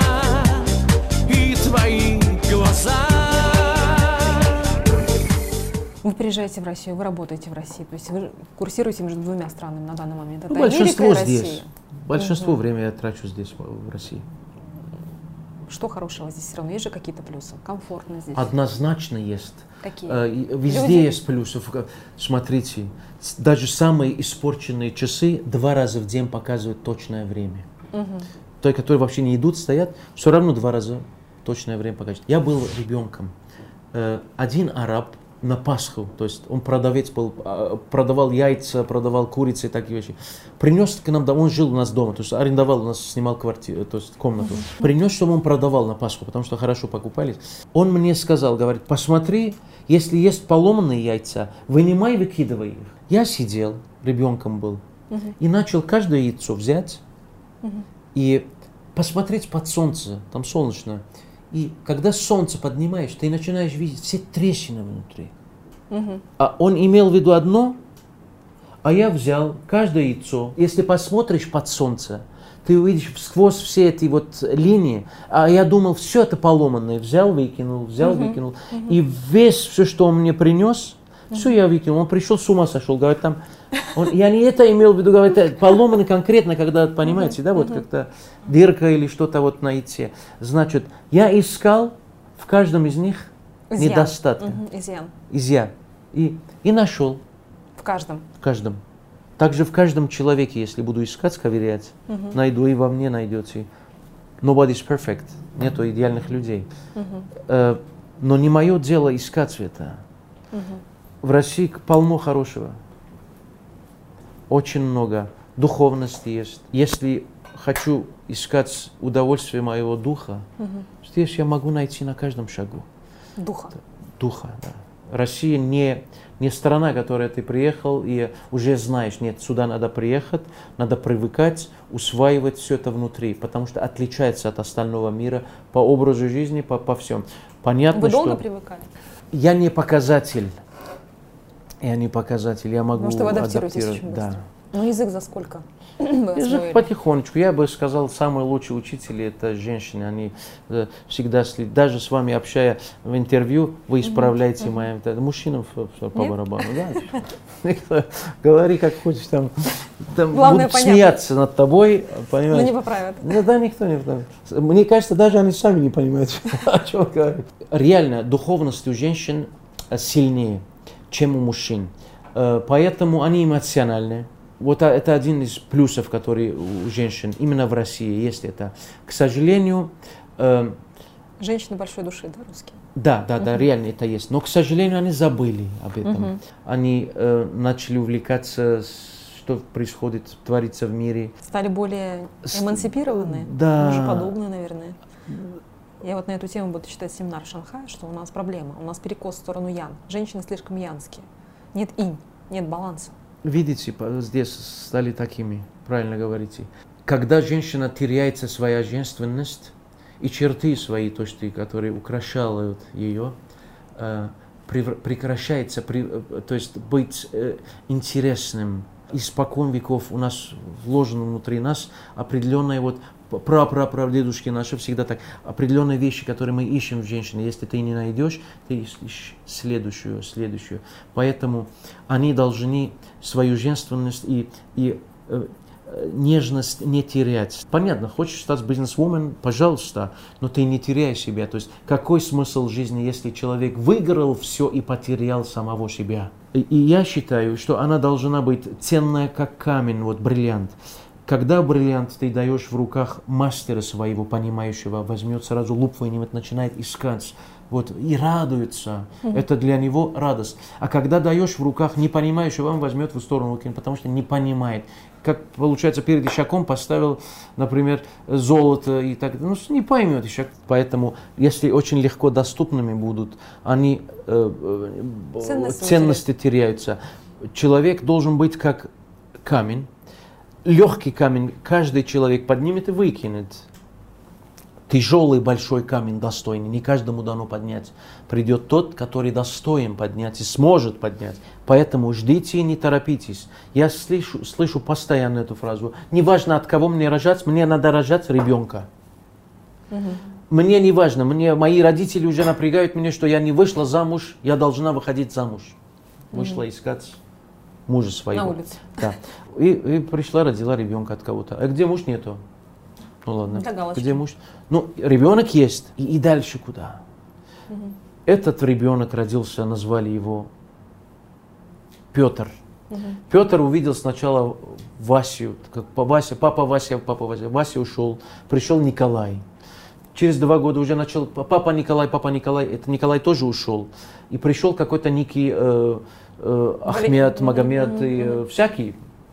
И твои глаза. Вы приезжаете в Россию, вы работаете в России, то есть вы курсируете между двумя странами на данный момент. Это Ну, большинство Америка и здесь. Россия. Большинство Мгм. времени я трачу здесь, в России. Что хорошего здесь все равно? Есть же какие-то плюсы? Комфортно здесь? Однозначно есть. Какие? Э, и Везде Люди? есть плюсы. Смотрите, с- даже самые испорченные часы два раза в день показывают точное время. Мгм. Те, которые вообще не идут, стоят, все равно два раза точное время покажет. Я был ребенком. Э, Один араб на Пасху, то есть он продавец был, а, продавал яйца, продавал курицы и такие вещи. Принес к нам домой, он жил у нас дома, то есть арендовал у нас, снимал квартиру, то есть комнату. Принес, чтобы он продавал на Пасху, потому что хорошо покупались. Он мне сказал, говорит, посмотри, если есть поломанные яйца, вынимай, выкидывай их. Я сидел, ребенком был, Мгм. и начал каждое яйцо взять Мгм. и посмотреть под солнце, там солнечно. И когда солнце поднимаешь, ты начинаешь видеть все трещины внутри. Мгм. А он имел в виду одно, а я взял каждое яйцо. Если посмотришь под солнце, ты увидишь сквозь все эти вот линии. А я думал, все это поломанное. Взял, выкинул, взял, Мгм. выкинул. И весь все, что он мне принес, все я выкинул. Он пришел, с ума сошел. Говорит, там... Он, я не это имел в виду, говорит, поломанный конкретно, когда, понимаете, да, вот как-то дырка или что-то вот на яйце. Значит, я искал в каждом из них Изъян. недостатки. Мгм. Изъян. Изъян. И, и нашел В каждом. в каждом. Также в каждом человеке, если буду искать, ковырять, Мгм. найду, и во мне найдете. Nobody's perfect. Нету идеальных людей. Мгм. Э, но не мое дело искать это. Мгм. В России полно хорошего. Очень много. Духовности есть. Если хочу искать удовольствие моего духа, Мгм. здесь я могу найти на каждом шагу. Духа. Духа, да. Россия не, не страна, которая ты приехал и уже знаешь, нет, сюда надо приехать, надо привыкать, усваивать все это внутри, потому что отличается от остального мира по образу жизни, по, по всем. Понятно, Вы долго что привыкали? я не показатель. Я не показатель, я могу Потому что вы адаптируетесь адаптировать. очень Да. быстро. Ну, язык за сколько? Вы Язык освоили? потихонечку. Я бы сказал, самые лучшие учители это женщины. Они э, всегда следят. Даже с вами общая в интервью, вы исправляете мои. это Мужчинам в- в- по Нет? барабану. Да? Говори как хочешь. Там, там Главное, будут понятно. смеяться над тобой. Ну, не Понимаешь? поправят. Ну да, никто не понимает. Мне кажется, даже они сами не понимают, о чем говорят. Реально, духовность у женщин э, сильнее, чем у мужчин. Э, Поэтому они эмоциональные. Вот а- это один из плюсов, который у женщин именно в России есть это. К сожалению, э, Женщины большой души, да, русские? да, да, да, реально это есть. Но, к сожалению, они забыли об этом. Мгм. Они э, начали увлекаться, с- что происходит, творится в мире. Стали более С- эмансипированы, Да. мужеподобные, наверное. Я вот на эту тему буду читать семинар в Шанхае, что у нас проблема. У нас перекос в сторону ян. Женщины слишком янские. Нет инь, нет баланса. Видите, по- здесь стали такими, правильно говорите. Когда женщина теряется своя женственность и черты свои, то, что, которые украшают ее, э, превр- прекращается, при- э, то есть быть э, интересным. Испокон веков у нас вложено внутри нас определенная вот прапрапрадедушки наши всегда так, определенные вещи, которые мы ищем в женщине. Если ты не найдешь, ты ищешь следующую, следующую. Поэтому они должны свою женственность и, и э, э, нежность не терять. Понятно, хочешь стать бизнесвумен, пожалуйста, но ты не теряй себя. То есть какой смысл жизни, если человек выиграл все и потерял самого себя? И, и я считаю, что она должна быть ценная, как камень, вот бриллиант. Когда бриллиант ты даешь в руках мастера своего, понимающего, возьмет сразу лупу и начинает искать, вот, и радуется, mm-hmm. это для него радость. А когда даешь в руках не понимающего, он возьмет в сторону, потому что не понимает. Как получается, перед ишаком поставил, например, золото и так далее, ну, не поймет ишак. Поэтому, если очень легко доступными будут, они, э, э, Ценности ценности теряются. Человек должен быть как камень. легкий камень каждый человек поднимет и выкинет. Тяжелый большой камень достойный, не каждому дано поднять. Придет тот, который достоин поднять и сможет поднять. Поэтому ждите и не торопитесь. Я слышу, слышу постоянно эту фразу. Неважно, от кого мне рожать, мне надо рожать ребенка. Угу. Мне не важно, мне, мои родители уже напрягают меня, что я не вышла замуж, я должна выходить замуж. Вышла угу. искать мужа своего. На улице. Да. И, и пришла, родила ребенка от кого-то. А где муж нету? Ну ладно, где муж? Ну, ребенок есть. И, и дальше куда? Угу. Этот ребенок родился, назвали его Петр. Угу. Петр увидел сначала Васю, как Вася, папа Вася, папа Вася. Вася ушел, пришел Николай. Через два года уже начал папа Николай, папа Николай. Это Николай тоже ушел. И пришел какой-то некий э, э, Ахмед, Магомед, угу. и, э, всякий.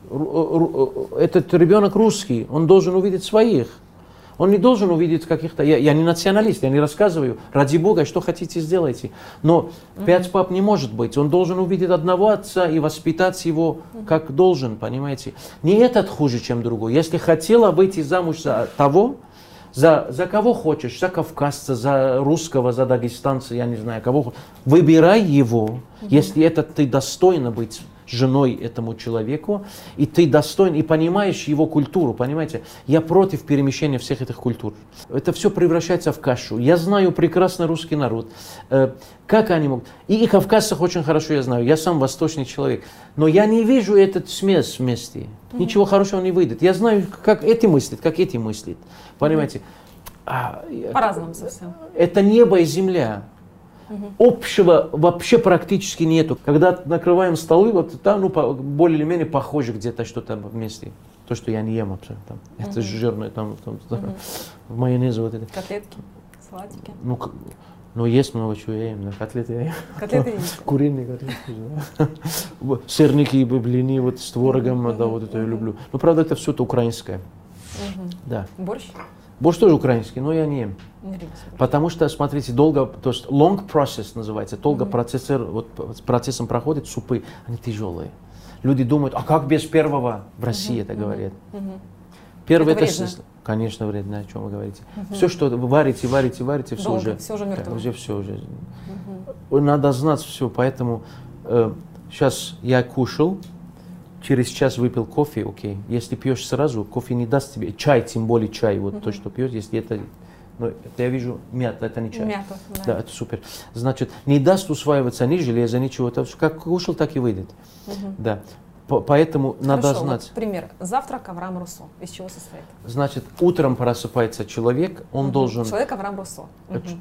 Этот ребенок русский, он должен увидеть своих. Он не должен увидеть каких-то... Я, я не националист, я не рассказываю. Ради Бога, что хотите, сделайте. Но uh-huh. пять пап не может быть. Он должен увидеть одного отца и воспитать его uh-huh. как должен, понимаете. Не этот хуже, чем другой. Если хотела выйти замуж за того, за, за кого хочешь, за кавказца, за русского, за дагестанца, я не знаю, кого хочешь, выбирай его, uh-huh. если это ты достойна быть женой этому человеку, и ты достоин, и понимаешь его культуру, понимаете? Я против перемещения всех этих культур. Это все превращается в кашу. Я знаю прекрасно русский народ. Э, как они могут... И, и кавказцев очень хорошо я знаю. Я сам восточный человек. Но я не вижу этот смесь вместе. Mm-hmm. Ничего хорошего не выйдет. Я знаю, как эти мыслят, как эти мыслят. Понимаете? Mm-hmm. А, по-разному совсем. Это небо и земля. Угу. Общего вообще практически нету. Когда накрываем столы, вот там ну, более или менее похоже где-то что-то вместе. То, что я не ем абсолютно. Там. Угу. Это жирное там, там угу. в майонезе вот это. Котлетки, салатики. Ну, ну есть много чего я ем. Котлеты я ем. Котлеты ем. Куриные котлеты. Сырники и блины вот с творогом, угу. да, вот это угу. я люблю. Но правда это все это украинское. Угу. Да. Борщ? Борщ тоже украинский, но я не ем. Не Потому что, смотрите, долго, то есть long process называется, долго mm-hmm. процессор, вот, с процессом проходит, супы, они тяжелые. Люди думают, а как без первого? В России mm-hmm. это говорят. Mm-hmm. Первый это, это вредно? Конечно, вредно, о чем вы говорите. Mm-hmm. Все, что вы варите, варите, варите, все долго, уже, все уже мертво. Да, уже все уже. Mm-hmm. Надо знать все, поэтому э, сейчас я кушал, через час выпил кофе, окей. Если пьешь сразу, кофе не даст тебе, чай, тем более чай, вот mm-hmm. то, что пьешь, если это, ну, это я вижу мята, это не чай. Мята, да. Да, это супер. Значит, не даст усваиваться ни железа, ничего, это как кушал, так и выйдет. Mm-hmm. Да. По- поэтому Хорошо, надо знать. Вот пример. Завтрак Авраам Руссо. Из чего состоит? Значит, утром просыпается человек, он mm-hmm. должен... Человек Авраам Руссо. Mm-hmm.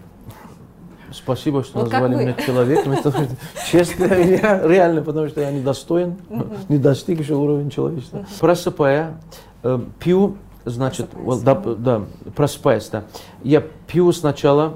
Спасибо, что вот назвали меня человеком. Честно, я реально, потому что я недостоин, не достиг еще уровня человечества. Просыпая, пью, значит, да, да, просыпаясь, да. Я пью сначала...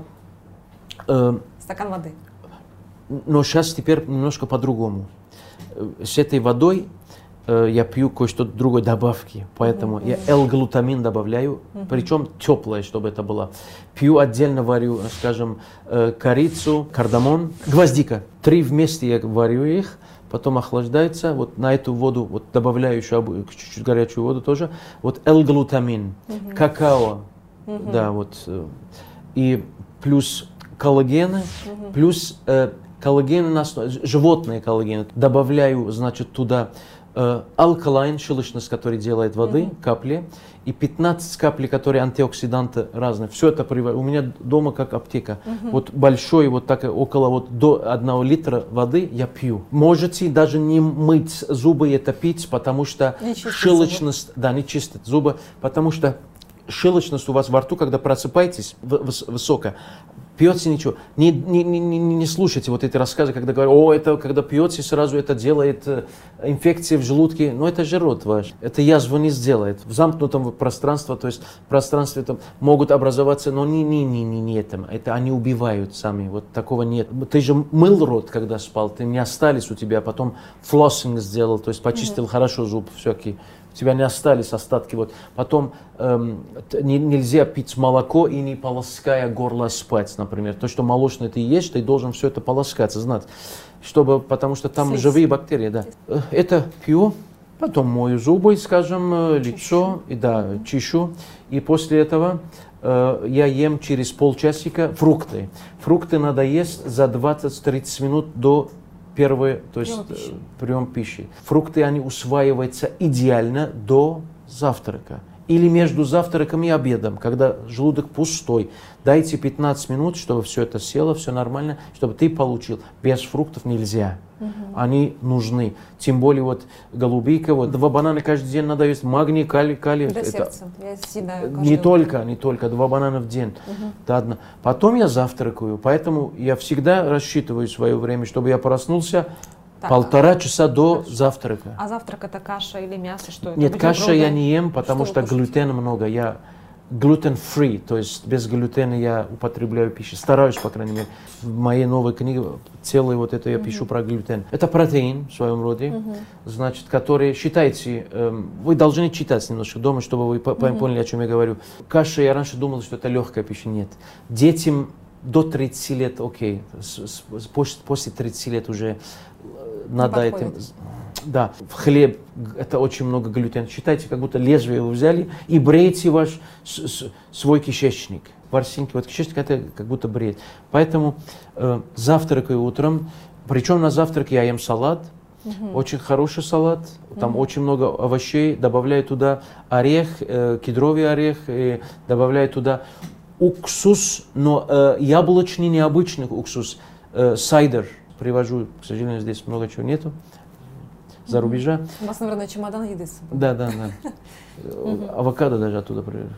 Стакан воды. Но сейчас теперь немножко по-другому. С этой водой я пью кое-что другой добавки, поэтому mm-hmm. я L-глутамин добавляю, mm-hmm. причем теплое, чтобы это было. Пью отдельно, варю, скажем, корицу, кардамон, гвоздика. Три вместе я варю их, потом охлаждается. Вот на эту воду вот добавляю еще чуть-чуть горячую воду тоже. Вот L-глутамин, mm-hmm. какао, mm-hmm. да, вот. И плюс коллагены, mm-hmm. плюс э, коллагены, животные коллагены. Добавляю, значит, туда алкалайн, щелочность, который делает воды, mm-hmm. капли, и пятнадцать капель, которые антиоксиданты разные. Все это у меня дома как аптека. Mm-hmm. Вот большой, вот так около вот до одного литра воды я пью. Можете даже не мыть зубы и это пить, потому что щелочность, зубы. Да, не чистит зубы, потому что щелочность у вас во рту, когда просыпаетесь, высокая. Пьете ничего, не, не, не, не слушайте вот эти рассказы, когда говорят, о, это когда пьете, сразу это делает э, инфекции в желудке. Но это же рот ваш, это язву не сделает. В замкнутом пространстве, то есть в пространстве там могут образоваться, но не, не, не, не, не это, это они убивают сами, вот такого нет. Ты же мыл рот, когда спал, ты не остались у тебя, потом флоссинг сделал, то есть почистил mm-hmm. хорошо зуб всякий. У тебя не остались остатки. Вот. Потом эм, не, нельзя пить молоко и не полоская горло спать, например. То, что молочное ты ешь, ты должен все это полоскать, знать. Чтобы, потому что там Слизь. Живые бактерии. Да. Это пью. Потом мою зубы, скажем, лицо, и да, чищу. И после этого э, я ем через полчасика фрукты. Фрукты надо есть за двадцать-тридцать минут до первой, то есть прием пищи. прием пищи. Фрукты, они усваиваются идеально до завтрака. Или между завтраком и обедом, когда желудок пустой. Дайте пятнадцать минут, чтобы все это село, все нормально, чтобы ты получил. Без фруктов нельзя. Угу. Они нужны. Тем более вот голубика, вот два банана каждый день надо есть, магний, калий, калий. Для это сердца. Я съедаю не утро. только, не только, два банана в день. Угу. Это одно. Потом я завтракаю, поэтому я всегда рассчитываю свое время, чтобы я проснулся так, полтора часа до хорошо. завтрака. А завтрак это каша или мясо? Что это? Нет, бутерброды? каша я не ем, потому что, что глютена много. Я gluten-free, то есть без глютена я употребляю пищу. Стараюсь, по крайней мере. В моей новой книге целое вот это я пишу uh-huh. про глютен. Это протеин в своем роде, uh-huh. значит, который, считайте, э, вы должны читать немножко дома, чтобы вы uh-huh. поняли, о чем я говорю. Каша, я раньше думал, что это легкая пища. Нет. Детям до тридцати лет, окей, с, с, после, после тридцати лет уже надо это... Да, в хлеб это очень много глютена. Считайте, как будто лезвие вы взяли и бреете ваш с, с, свой кишечник. Ворсинки, вот кишечник это как будто бреет. Поэтому э, завтракаю утром, причем на завтрак я ем салат, угу. очень хороший салат, там угу. очень много овощей, добавляю туда орех, э, кедровый орех, э, добавляю туда уксус, но э, яблочный необычный уксус, э, сайдер. Привожу, к сожалению, здесь много чего нету. За рубежа. У вас, наверное, чемодан еды с собой. Да, да, да. Авокадо даже оттуда привожу.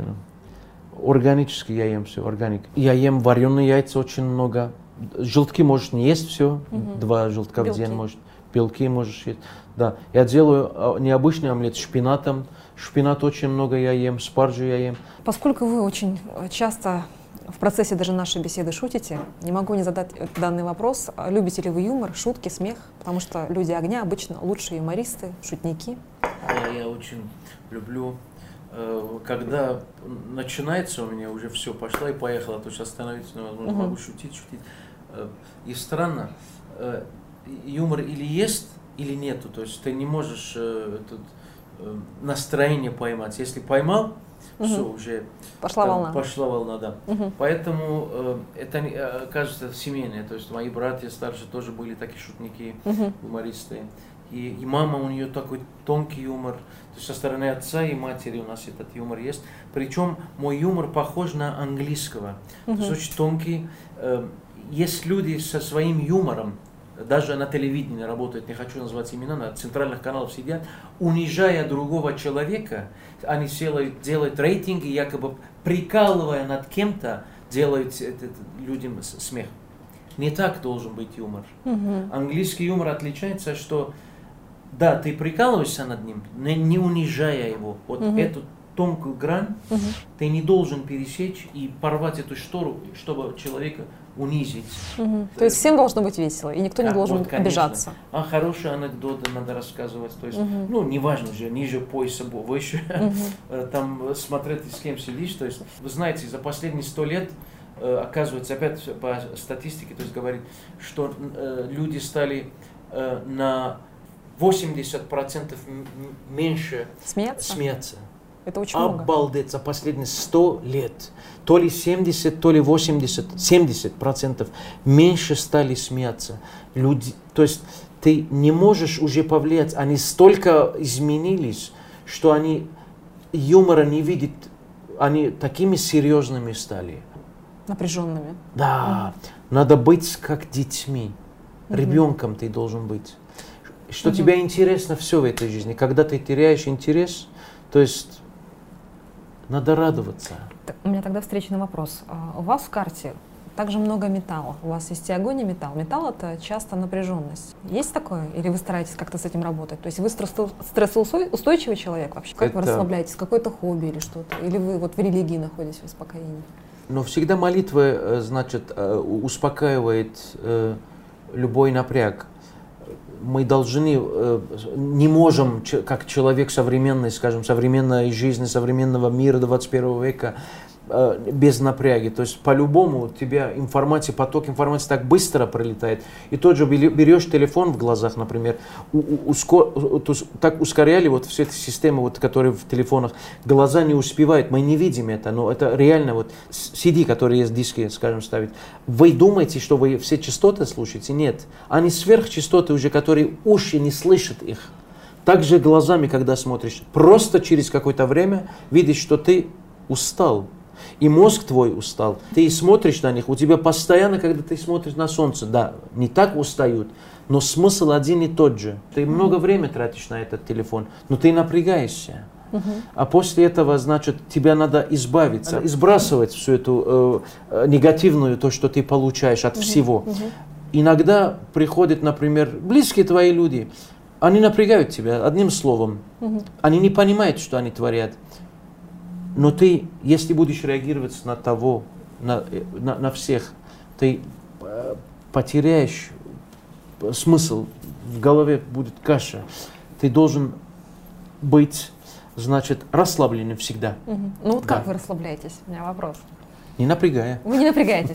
Органически я ем все, органик. Я ем вареные яйца очень много. Желтки можешь не есть все. Два желтка в день можешь. Белки можешь есть. Да. Я делаю необычный омлет с шпинатом. Шпинат очень много я ем, спаржу я ем. Поскольку вы очень часто в процессе даже нашей беседы шутите, не могу не задать данный вопрос. Любите ли вы юмор, шутки, смех? Потому что люди огня обычно лучшие юмористы, шутники. Я, я очень люблю, когда начинается у меня уже все, пошла и поехала, то есть остановиться невозможно, угу. могу шутить, шутить. И странно, юмор или есть, или нету, то есть ты не можешь тут настроение поймать. Если поймал, угу. все, уже пошла там, волна. Пошла волна, да. Угу. Поэтому э, это, э, кажется, семейное. То есть мои братья старшие тоже были такие шутники, угу. юмористы. И, и мама, у нее такой тонкий юмор. То есть со стороны отца и матери у нас этот юмор есть. Причем мой юмор похож на английского. Угу. То есть очень тонкий. Э, есть люди со своим юмором, даже на телевидении работают, не хочу назвать имена, на центральных каналах сидят, унижая другого человека, они делают, делают рейтинги, якобы прикалывая над кем-то, делают этот, людям смех. Не так должен быть юмор. Угу. Английский юмор отличается, что да, ты прикалываешься над ним, но не унижая его. Вот угу. эту тонкую грань угу. ты не должен пересечь и порвать эту штору, чтобы человека унизить. Угу. То есть всем должно быть весело, и никто да, не должен вот, обижаться. А хорошие анекдоты надо рассказывать. То есть, угу. ну, неважно же, ниже пояса, выше. Угу. Там смотреть, с кем сидишь. То есть, вы знаете, за последние сто лет, оказывается, опять по статистике, то есть говорит, что люди стали на восемьдесят процентов меньше смеяться. смеяться. Это очень Обалдеть, много. За последние сто лет. То ли семьдесят, то ли восемьдесят, семьдесят процентов меньше стали смеяться. Люди, то есть ты не можешь уже повлиять. Они столько изменились, что они юмора не видят. Они такими серьезными стали. Напряженными. Да. Угу. Надо быть как детьми. Угу. Ребенком ты должен быть. Что угу. тебе интересно все в этой жизни. Когда ты теряешь интерес, то есть надо радоваться. У меня тогда встречный вопрос. У вас в карте также много металла. У вас есть и огонь, и металл. Металл — это часто напряженность. Есть такое? Или вы стараетесь как-то с этим работать? То есть вы стрессоустойчивый человек вообще? Как это... вы расслабляетесь? Какое-то хобби или что-то? Или вы вот в религии находитесь в успокоении? Но всегда молитва, значит, успокаивает любой напряг. Мы должны, не можем, как человек современный, скажем, современной жизни, современного мира двадцать первого века, э, без напряги. То есть по-любому у тебя информация, поток информации так быстро пролетает. И тот же берешь телефон в глазах, например, у, у, ускор, так ускоряли вот все эти системы, вот, которые в телефонах, глаза не успевают, мы не видим это, но это реально вот си ди, которые есть диски, скажем, ставить. Вы думаете, что вы все частоты слушаете? Нет. Они сверхчастоты уже, которые уши не слышат их. Также глазами, когда смотришь, просто через какое-то время видишь, что ты устал. И мозг твой устал. Ты смотришь на них, у тебя постоянно, когда ты смотришь на солнце, да, не так устают, но смысл один и тот же. Ты много времени тратишь на этот телефон, но ты напрягаешься. Uh-huh. А после этого, значит, тебе надо избавиться, сбрасывать всю эту э, негативную, то, что ты получаешь от uh-huh. всего. Uh-huh. Иногда приходят, например, близкие твои люди, они напрягают тебя одним словом, uh-huh. они не понимают, что они творят. Но ты, если будешь реагировать на того, на, на, на всех, ты э, потеряешь смысл, в голове будет каша. Ты должен быть, значит, расслабленным всегда. Угу. Ну вот как да. вы расслабляетесь? У меня вопрос. Не напрягая. Вы не напрягаетесь?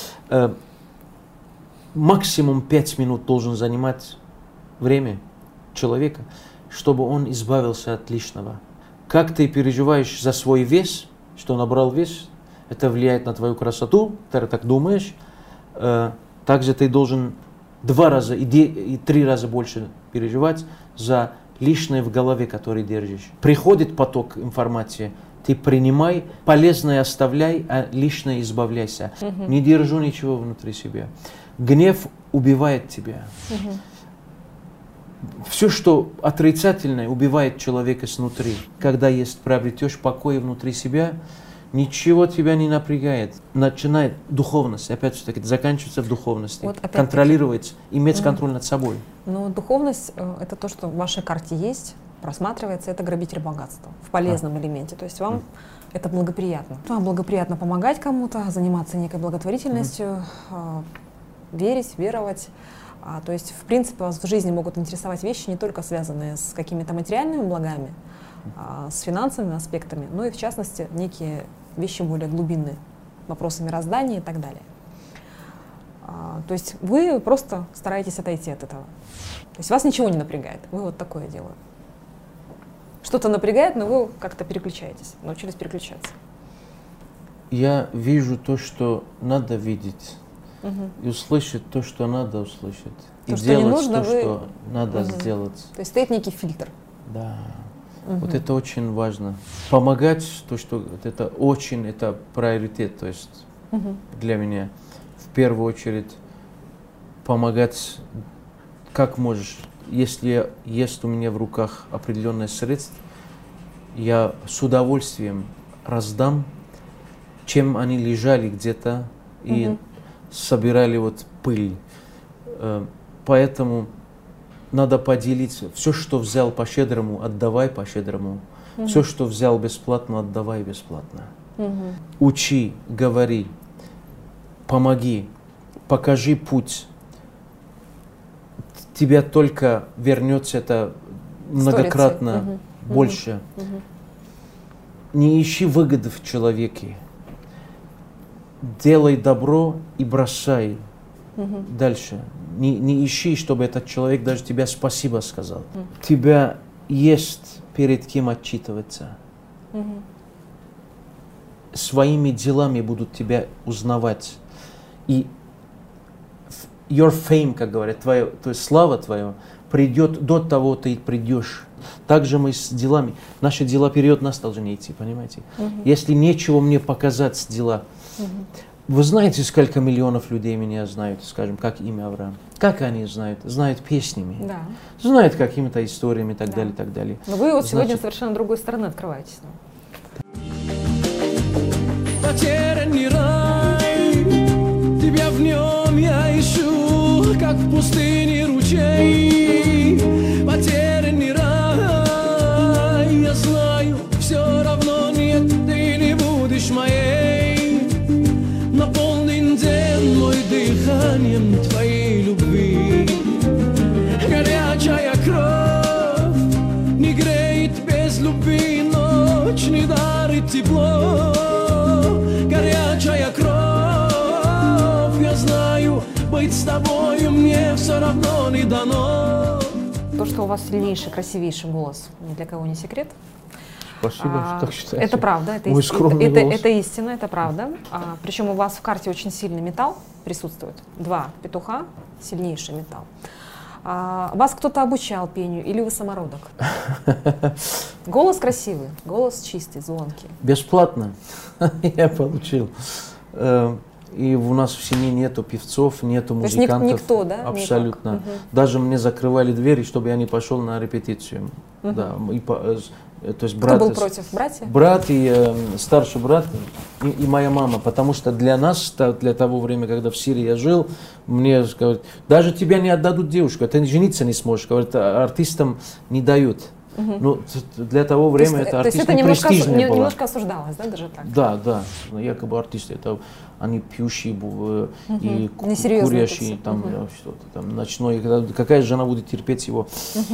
Максимум пять минут должен занимать время человека, чтобы он избавился от лишнего. Как ты переживаешь за свой вес, что набрал вес, это влияет на твою красоту, ты так думаешь. Также ты должен два раза и три раза больше переживать за лишнее в голове, которое держишь. Приходит поток информации, ты принимай, полезное оставляй, а лишнее избавляйся. Uh-huh. Не держу ничего внутри себя. Гнев убивает тебя. Uh-huh. Все, что отрицательное, убивает человека снутри. Когда есть, приобретешь покой внутри себя, ничего тебя не напрягает. Начинает духовность, опять же таки, заканчивается в духовности. Вот контролировать, иметь mm. контроль над собой. Но духовность — это то, что в вашей карте есть, просматривается, это грабитель богатства в полезном а. элементе. То есть вам mm. это благоприятно. Вам благоприятно помогать кому-то, заниматься некой благотворительностью, mm. э, верить, веровать. А, то есть, в принципе, вас в жизни могут интересовать вещи, не только связанные с какими-то материальными благами, а, с финансовыми аспектами, но и, в частности, некие вещи более глубинные, вопросы мироздания и так далее. А, то есть вы просто стараетесь отойти от этого. То есть вас ничего не напрягает, вы вот такое дело. Что-то напрягает, но вы как-то переключаетесь, научились переключаться. Я вижу то, что надо видеть. Угу. И услышать то, что надо услышать. То, и что делать нужно, то, вы... что надо угу. сделать. То есть стоит некий фильтр. Да. Угу. Вот это очень важно. Помогать, то, что это очень, это приоритет. То есть угу. для меня в первую очередь помогать как можешь. Если есть у меня в руках определенное средство, я с удовольствием раздам, чем они лежали где-то и угу. собирали вот пыль. Поэтому надо поделиться. Все, что взял по-щедрому, отдавай по-щедрому. Mm-hmm. Все, что взял бесплатно, отдавай бесплатно. Mm-hmm. Учи, говори, помоги, покажи путь. Тебя только вернется это многократно mm-hmm. больше. Mm-hmm. Не ищи выгоды в человеке. Делай добро и бросай. Угу. Дальше. Не, не ищи, чтобы этот человек даже тебе спасибо сказал. Угу. Тебя есть перед кем отчитываться. Угу. Своими делами будут тебя узнавать. И your fame, как говорят, твое, то есть слава твоя, придет до того, ты придешь. Также мы с делами. Наши дела вперед нас должны идти, понимаете? Угу. Если нечего мне показать с дела. Угу. Вы знаете, сколько миллионов людей меня знают, скажем, как имя Авраам? Как они знают? Знают песнями, да. знают какими-то историями и так да. далее, и так далее. Но вы вот Значит, сегодня совершенно другой стороны открываетесь. Потерянный рай, тебя в нем я ищу, как в пустыне ручей. Потерянный рай, я знаю, все равно нет, ты не будешь моей. Наполнен день мой дыханием твоей любви. Горячая кровь не греет без любви, ночь не дарит тепло. равно не дано. То, что у вас сильнейший, красивейший голос, ни для кого не секрет. Спасибо, А, что так считаете. Это правда, это, Мой ист- скромный это, голос. это истина, это правда. А, причем у вас в карте очень сильный металл присутствует. Два петуха, сильнейший металл. А, вас кто-то обучал пению или вы самородок? Голос красивый, голос чистый, звонкий. Бесплатно я получил. Э, И у нас в семье нету певцов, нету То есть музыкантов. ник- никто, да? Абсолютно. Никак. Мгм. Даже мне закрывали двери, чтобы я не пошел на репетицию. Мгм. Да, и по- э, с- э, то есть Кто брат, был с- против? Братья? брат и э, старший брат и, и моя мама, потому что для нас, та- для того времени, когда в Сирии я жил, мне говорят, даже тебя не отдадут девушку, ты жениться не сможешь, говорят, а артистам не дают. Ну, т- для того То есть, времени это то есть артист это не немножко, осу- престижная не- была. немножко осуждалось, да, даже так? Да, да, якобы артисты, это они пьющие бу- э, и ку- Несерьезно это курящие, всё. там Мгм. э, что-то там ночной. Когда- какая жена будет терпеть его?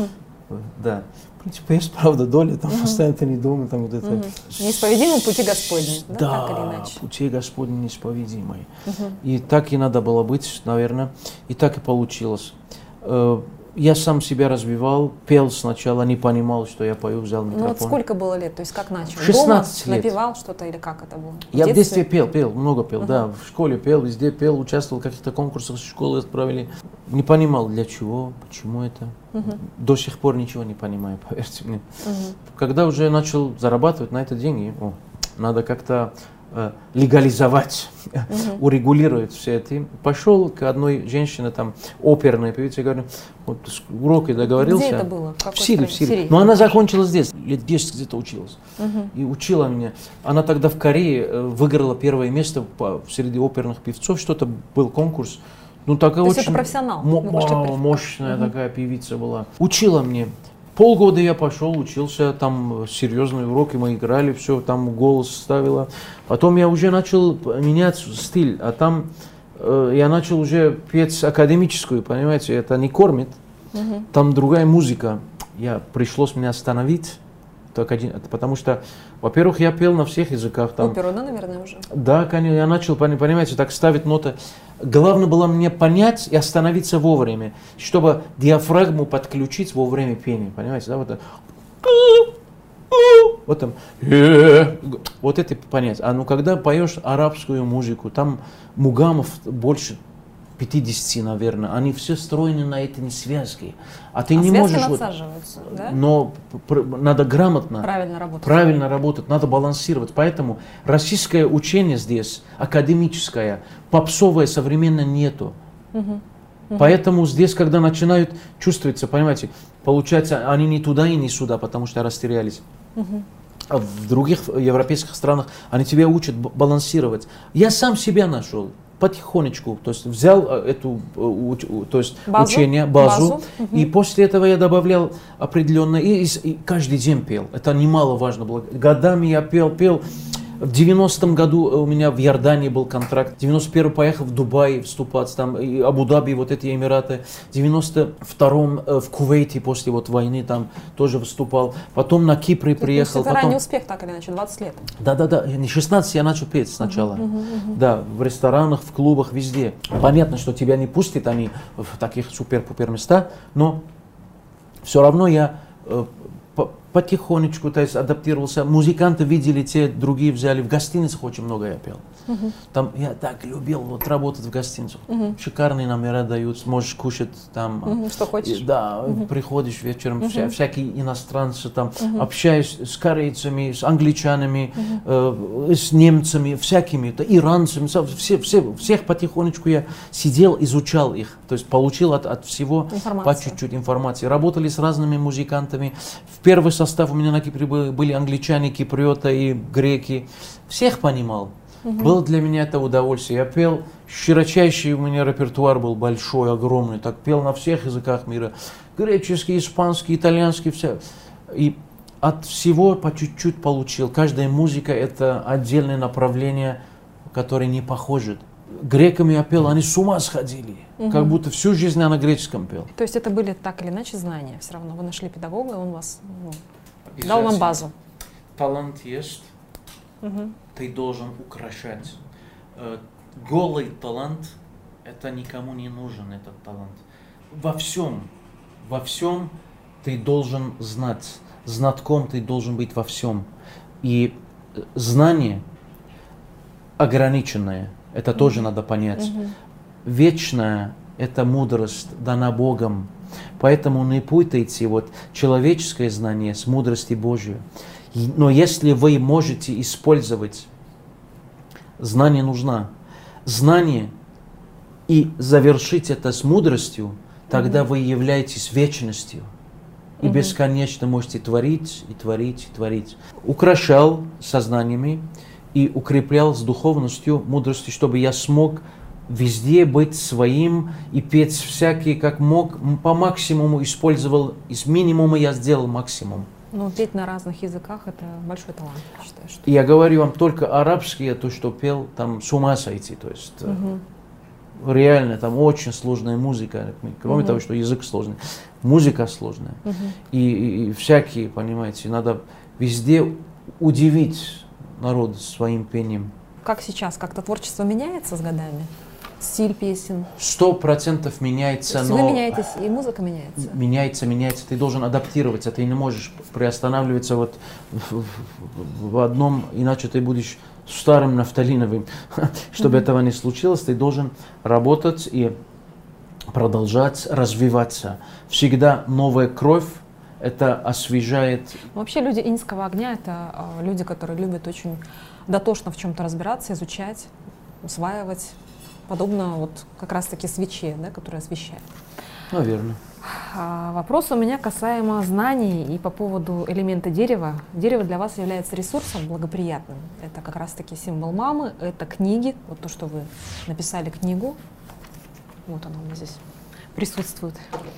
Э, Да. В принципе, есть правда доля, там постоянно не дома, там вот это. Мгм. Неисповедимы пути Господни, да, Да, так или иначе. путей Господни неисповедимые. И так и надо было быть, наверное, и так и получилось. Э, Я сам себя развивал, пел сначала, не понимал, что я пою, взял Ну микрофон. вот сколько было лет, то есть как начал? шестнадцать Дома лет. напевал что-то или как это было? Я в детстве пел, пел, много пел, да, в школе пел, везде пел, участвовал в каких-то конкурсах, с школы отправили. Не понимал, для чего, почему это. До сих пор ничего не понимаю, поверьте мне. Когда уже начал зарабатывать на это деньги, о, надо как-то э, легализовать, урегулировать все это. Пошел к одной женщине, там, оперной певице, говорю, вот с- уроки договорился. Где это было? В какой В Сирии, в стране? Сирии. В Сирии. Но она закончила здесь, лет десять где-то училась. И учила меня. Она тогда в Корее э, выиграла первое место по- среди оперных певцов, что-то был конкурс. Ну, такая То есть очень это профессионал? мо- Вы вошли в профи- мощная такая певица была. Учила мне. Полгода я пошел, учился, там серьезные уроки мы играли, все, там голос ставила. Потом я уже начал менять стиль, а там э, я начал уже петь академическую, понимаете, это не кормит. Там другая музыка. Я, пришлось меня остановить, так один- потому что, во-первых, я пел на всех языках. Там, Оперу, да, наверное, уже? да, конечно, я начал, пони- понимаете, так ставить ноты. Главное было мне понять и остановиться вовремя, чтобы диафрагму подключить во время пения, понимаете, да, вот это. Вот там, «э», вот это понять. А ну когда поешь арабскую музыку, там мугамов больше пятидесяти, наверное, они все строены на этой связке. А ты А не связки можешь... вот- надсаживаются, да? но пр- надо грамотно, Правильно работать. правильно работать, надо балансировать. Поэтому российское учение здесь, академическое, попсовое, современное нету. Поэтому здесь, когда начинают чувствоваться, понимаете, получается, они не туда и не сюда, потому что растерялись. А в других европейских странах они тебя учат б- балансировать. Я сам себя нашел потихонечку, то есть взял э, эту э, уч- у- то есть Базу? учение, базу, Базу, мгм. и после этого я добавлял определенно, и, и- и каждый день пел. Это немаловажно было. Годами я пел, пел. В девяностом году у меня в Иордании был контракт. В девяносто первом поехал в Дубай вступать, там и Абу-Даби, вот эти Эмираты. В девяносто втором э, в Кувейте после вот войны там тоже выступал. Потом на Кипре приехал. Это потом... ранний успех, так или иначе, двадцать лет. Да-да-да, не шестнадцать я начал петь сначала. Да, в ресторанах, в клубах, везде. Понятно, что тебя не пустят они в таких супер-пупер места, но все равно я э, по- потихонечку, то есть адаптировался. Музыканты видели, те другие взяли. В гостиницах очень много я пел. Там я так любил вот работать в гостиницах. Шикарные номера дают, можешь кушать там. Мгм, что хочешь. И, да, приходишь вечером, вся- всякие иностранцы там, общаюсь с корейцами, с англичанами, э, с немцами, всякими, да, иранцами, со- все, все, всех потихонечку я сидел, изучал их, то есть получил от, от всего по Информацию. чуть-чуть информации. Работали с разными музыкантами. В первый состав у меня на Кипре были, были англичане, киприоты и греки. Всех понимал. Было для меня это удовольствие. Я пел, широчайший у меня репертуар был большой, огромный. Так пел на всех языках мира. Греческий, испанский, итальянский, все. И от всего по чуть-чуть получил. Каждая музыка это отдельное направление, которое не похоже. Грекам я пел, они с ума сходили. Как будто всю жизнь я на греческом пел. То есть это были так или иначе знания. Все равно вы нашли педагога, он вас ну, дал вам базу. Талант есть, ты должен украшать. Э, Голый талант, это никому не нужен, этот талант. во всем, во всем ты должен знать, знатком ты должен быть во всем. И знание ограниченное, это mm-hmm. тоже надо понять. Mm-hmm. Вечная – это мудрость, дана Богом. Поэтому не путайте вот человеческое знание с мудростью Божьей. Но если вы можете использовать, знание нужно, знание и завершить это с мудростью, тогда mm-hmm. вы являетесь вечностью. И mm-hmm. бесконечно можете творить, и творить, и творить. Украшал сознаниями и укреплял с духовностью, мудростью, чтобы я смог везде быть своим и петь всякие, как мог, по максимуму использовал, из минимума я сделал максимум. Ну, петь на разных языках – это большой талант, я считаю. Что... Я говорю вам только арабский, то, что пел, там с ума сойти, то есть угу. реально там очень сложная музыка, кроме угу. того, что язык сложный, музыка сложная. Угу. И, и, и всякие, понимаете, надо везде удивить народ своим пением. Как сейчас? Как-то творчество меняется с годами? Стиль песен? Сто процентов меняется, но... Вы меняетесь, и музыка меняется? Меняется, меняется. Ты должен адаптироваться, ты не можешь приостанавливаться вот в, в, в одном, иначе ты будешь старым нафталиновым. Чтобы mm-hmm. этого не случилось, ты должен работать и продолжать развиваться. Всегда новая кровь, это освежает. Вообще люди иньского огня — это люди, которые любят очень дотошно в чем-то разбираться, изучать, усваивать. Подобно вот как раз-таки свече, да, которая освещает. Наверное. А, вопрос у меня касаемо знаний и по поводу элемента дерева. Дерево для вас является ресурсом благоприятным. Это как раз-таки символ мамы, это книги. Вот то, что вы написали книгу. Вот она у меня здесь присутствует.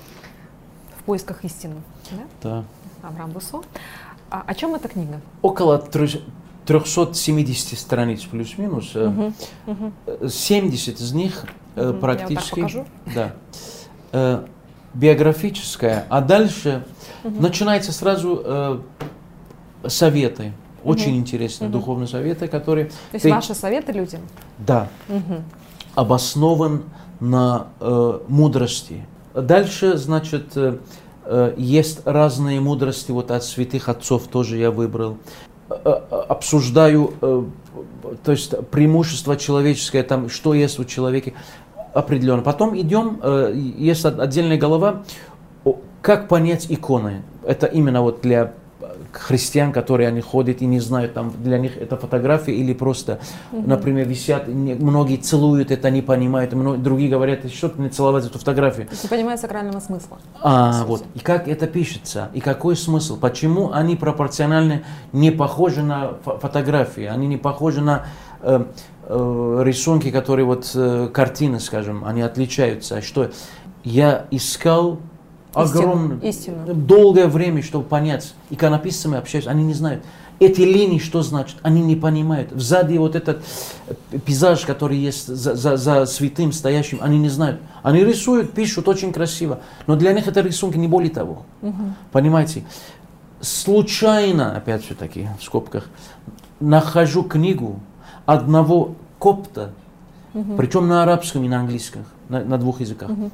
В поисках истины. Да? Да. Авраам Буссо. А, о чем эта книга? Около триста семьдесят страниц плюс-минус. Uh-huh. Uh-huh. семьдесят из них uh-huh. практически Я вот так да, биографическая, а дальше uh-huh. начинается сразу э, советы, очень uh-huh. интересные uh-huh. духовные советы, которые... То есть ты, ваши советы людям? Да, uh-huh. обоснован на э, мудрости. Дальше, значит, э, э, есть разные мудрости, вот от святых отцов тоже я выбрал. Обсуждаю, то есть преимущество человеческое, там, что есть у человека определенно. Потом идем, есть отдельная глава, как понять иконы. Это именно вот для христиан, которые они ходят и не знают, там для них это фотография или просто, mm-hmm. например, висят, многие целуют это, не понимают, многие, другие говорят, что ты не целовать эту фотографию. Не понимают сакрального смысла. А, вот. И как это пишется, и какой смысл, почему они пропорционально не похожи на фотографии, они не похожи на э, э, рисунки, которые вот, э, картины, скажем, они отличаются. Что я искал огромное, истину. долгое время, чтобы понять. Иконописцами общаюсь, они не знают. Эти линии что значит, они не понимают. Сзади вот этот пейзаж, который есть за, за, за святым стоящим, они не знают. Они рисуют, пишут очень красиво, но для них это рисунки не более того. Угу. Понимаете? Случайно, опять же таки, в скобках, нахожу книгу одного копта, угу. причем на арабском и на английском, на, на двух языках. Угу.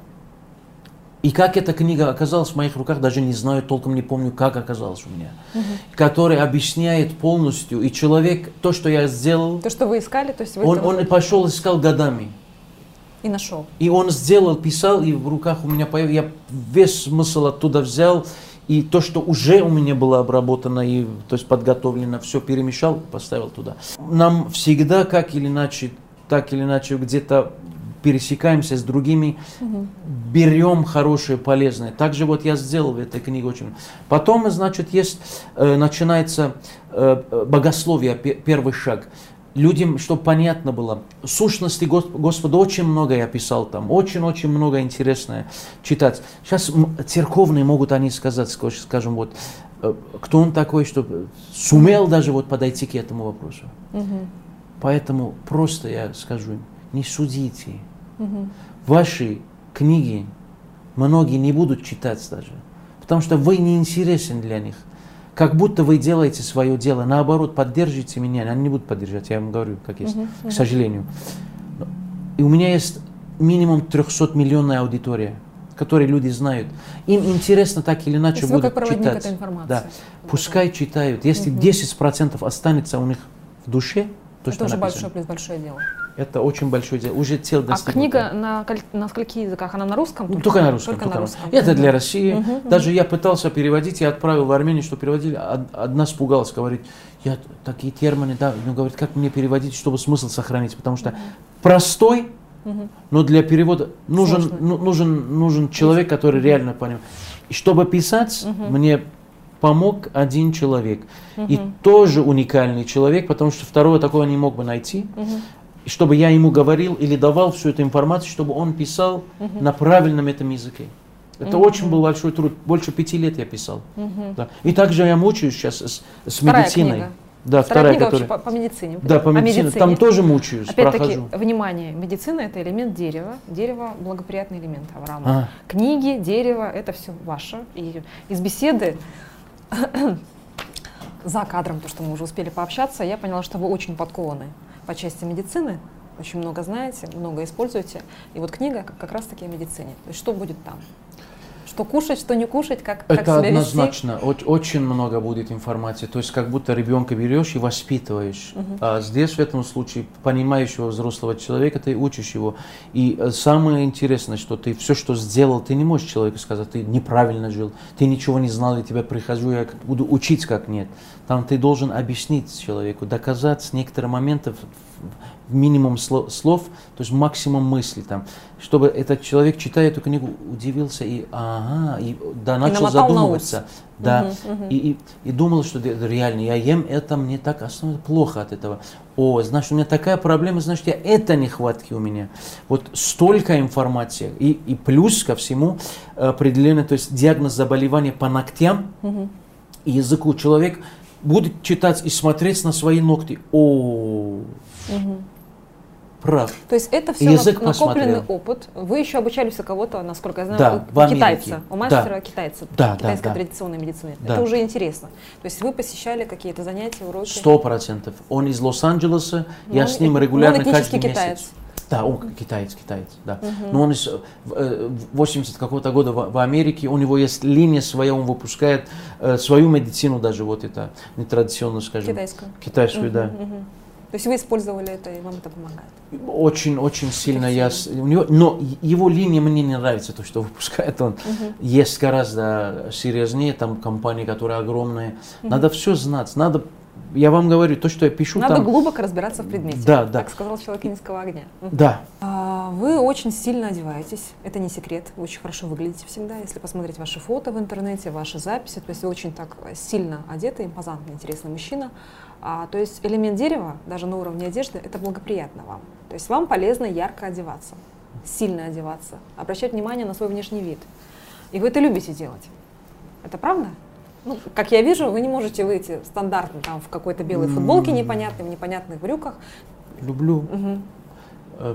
И как эта книга оказалась в моих руках, даже не знаю, толком не помню, как оказалась у меня. Угу. Который объясняет полностью. И человек, то, что я сделал... То, что вы искали, то есть вы... Он, он и пошел, искал годами. И нашел. И он сделал, писал, и в руках у меня появился. Я весь смысл оттуда взял. И то, что уже у меня было обработано, и, то есть подготовлено, все перемешал, поставил туда. Нам всегда, как или иначе, так или иначе, где-то... пересекаемся с другими, угу. берем хорошее, полезное. Также вот я сделал в этой книге очень. Потом, значит, есть, э, начинается э, богословие, первый шаг. Людям, чтобы понятно было, сущности Господа очень много я писал там, очень-очень много интересное читать. Сейчас церковные могут они сказать, скажем, вот, э, кто он такой, чтобы сумел даже вот подойти к этому вопросу. Угу. Поэтому просто я скажу им, не судите. Угу. Ваши книги многие не будут читать даже, потому что вы не интересен для них. Как будто вы делаете свое дело. Наоборот, поддержите меня. Они не будут поддержать, я вам говорю, как есть, uh-huh, к сожалению. И у меня есть минимум трехсот миллионная аудитория, которые люди знают. Им интересно так или иначе вы будут как проводник читать. этой информации. Да. Пускай читают. Если угу. десять процентов останется у них в душе, то, это что уже написано, большое, большое дело. это очень большое дело. Уже цель достигнута. А книга на, на скольких языках? Она на русском? Только, только на русском. Только только на русском. Это угу. для России. Угу, Даже угу. я пытался переводить, я отправил в Армению, что переводили. Одна испугалась, говорит, я такие термины, да, ну, говорит, как мне переводить, чтобы смысл сохранить, потому что угу. простой, угу. но для перевода нужен, ну, нужен, нужен человек, который угу. реально понимает. И чтобы писать, угу. мне помог один человек. Угу. И тоже уникальный человек, потому что второго такого не мог бы найти. Угу. И чтобы я ему говорил или давал всю эту информацию, чтобы он писал угу. на правильном этом языке. Это угу. очень был большой труд. Больше пяти лет я писал. Угу. Да. И также я мучаюсь сейчас с, с вторая медициной. Книга. Да, вторая, вторая книга которая... по, по медицине. Да, по медицине. медицине. Там тоже мучаюсь, Опять-таки, прохожу. внимание, медицина — это элемент дерева. Дерево — благоприятный элемент Авраама. А. Книги, дерево — это все ваше. И из беседы за кадром, то, что мы уже успели пообщаться, я поняла, что вы очень подкованы по части медицины, очень много знаете, много используете. И вот книга как раз-таки о медицине. То есть что будет там? Что кушать, что не кушать, как, как это себя однозначно. вести? Очень много будет информации. То есть как будто ребенка берешь и воспитываешь. Uh-huh. А здесь в этом случае понимающего взрослого человека ты учишь его. И самое интересное, что ты все, что сделал, ты не можешь человеку сказать, ты неправильно жил, ты ничего не знал, я тебя прихожу, я буду учить, как нет. Там ты должен объяснить человеку, доказать некоторые моменты, минимум слов, слов, то есть максимум мыслей там, чтобы этот человек, читая эту книгу, удивился и ага, и да, начал и задумываться, да, угу, угу. И, и, и думал, что реально я ем это, мне так основно плохо от этого. О, значит, у меня такая проблема, значит, я это нехватки у меня. Вот столько информации и, и плюс ко всему определенный, то есть диагноз заболевания по ногтям угу. и языку. Человек будет читать и смотреть на свои ногти. О. Угу. Прав. То есть это все язык накопленный посмотрел. опыт. Вы еще обучались у кого-то, насколько я знаю, да, у, у китайца, у мастера да. китайца, да, китайской да, да. традиционной медицины. Да. Это уже интересно. То есть вы посещали какие-то занятия, уроки? Сто процентов. Он из Лос-Анджелеса, но я он, с ним регулярно каждый китаец. месяц. Да, он китаец, китаец, да. Угу. Но он из восьмидесятого какого-то года в, в Америке, у него есть линия своя, он выпускает э, свою медицину даже, вот это, нетрадиционно скажем. Китайскую. Китайскую, угу, да. Угу. То есть вы использовали это, и вам это помогает? Очень, очень сильно я... У него, но его линия мне не нравится, то, что выпускает он. Uh-huh. Есть гораздо серьезнее, там компании, которые огромные. Uh-huh. Надо все знать, надо... Я вам говорю, то, что я пишу Надо там... глубоко разбираться в предмете, да, да. так сказал человек низкого огня. Uh-huh. Да. А, вы очень сильно одеваетесь, это не секрет, вы очень хорошо выглядите всегда. Если посмотреть ваши фото в интернете, ваши записи, то есть вы очень так сильно одеты, импозантный, интересный мужчина. А, то есть элемент дерева, даже на уровне одежды, это благоприятно вам. То есть вам полезно ярко одеваться, сильно одеваться, обращать внимание на свой внешний вид. И вы это любите делать. Это правда? Ну, как я вижу, вы не можете выйти стандартно там, в какой-то белой футболке непонятной, в непонятных брюках. Люблю. Угу. Э,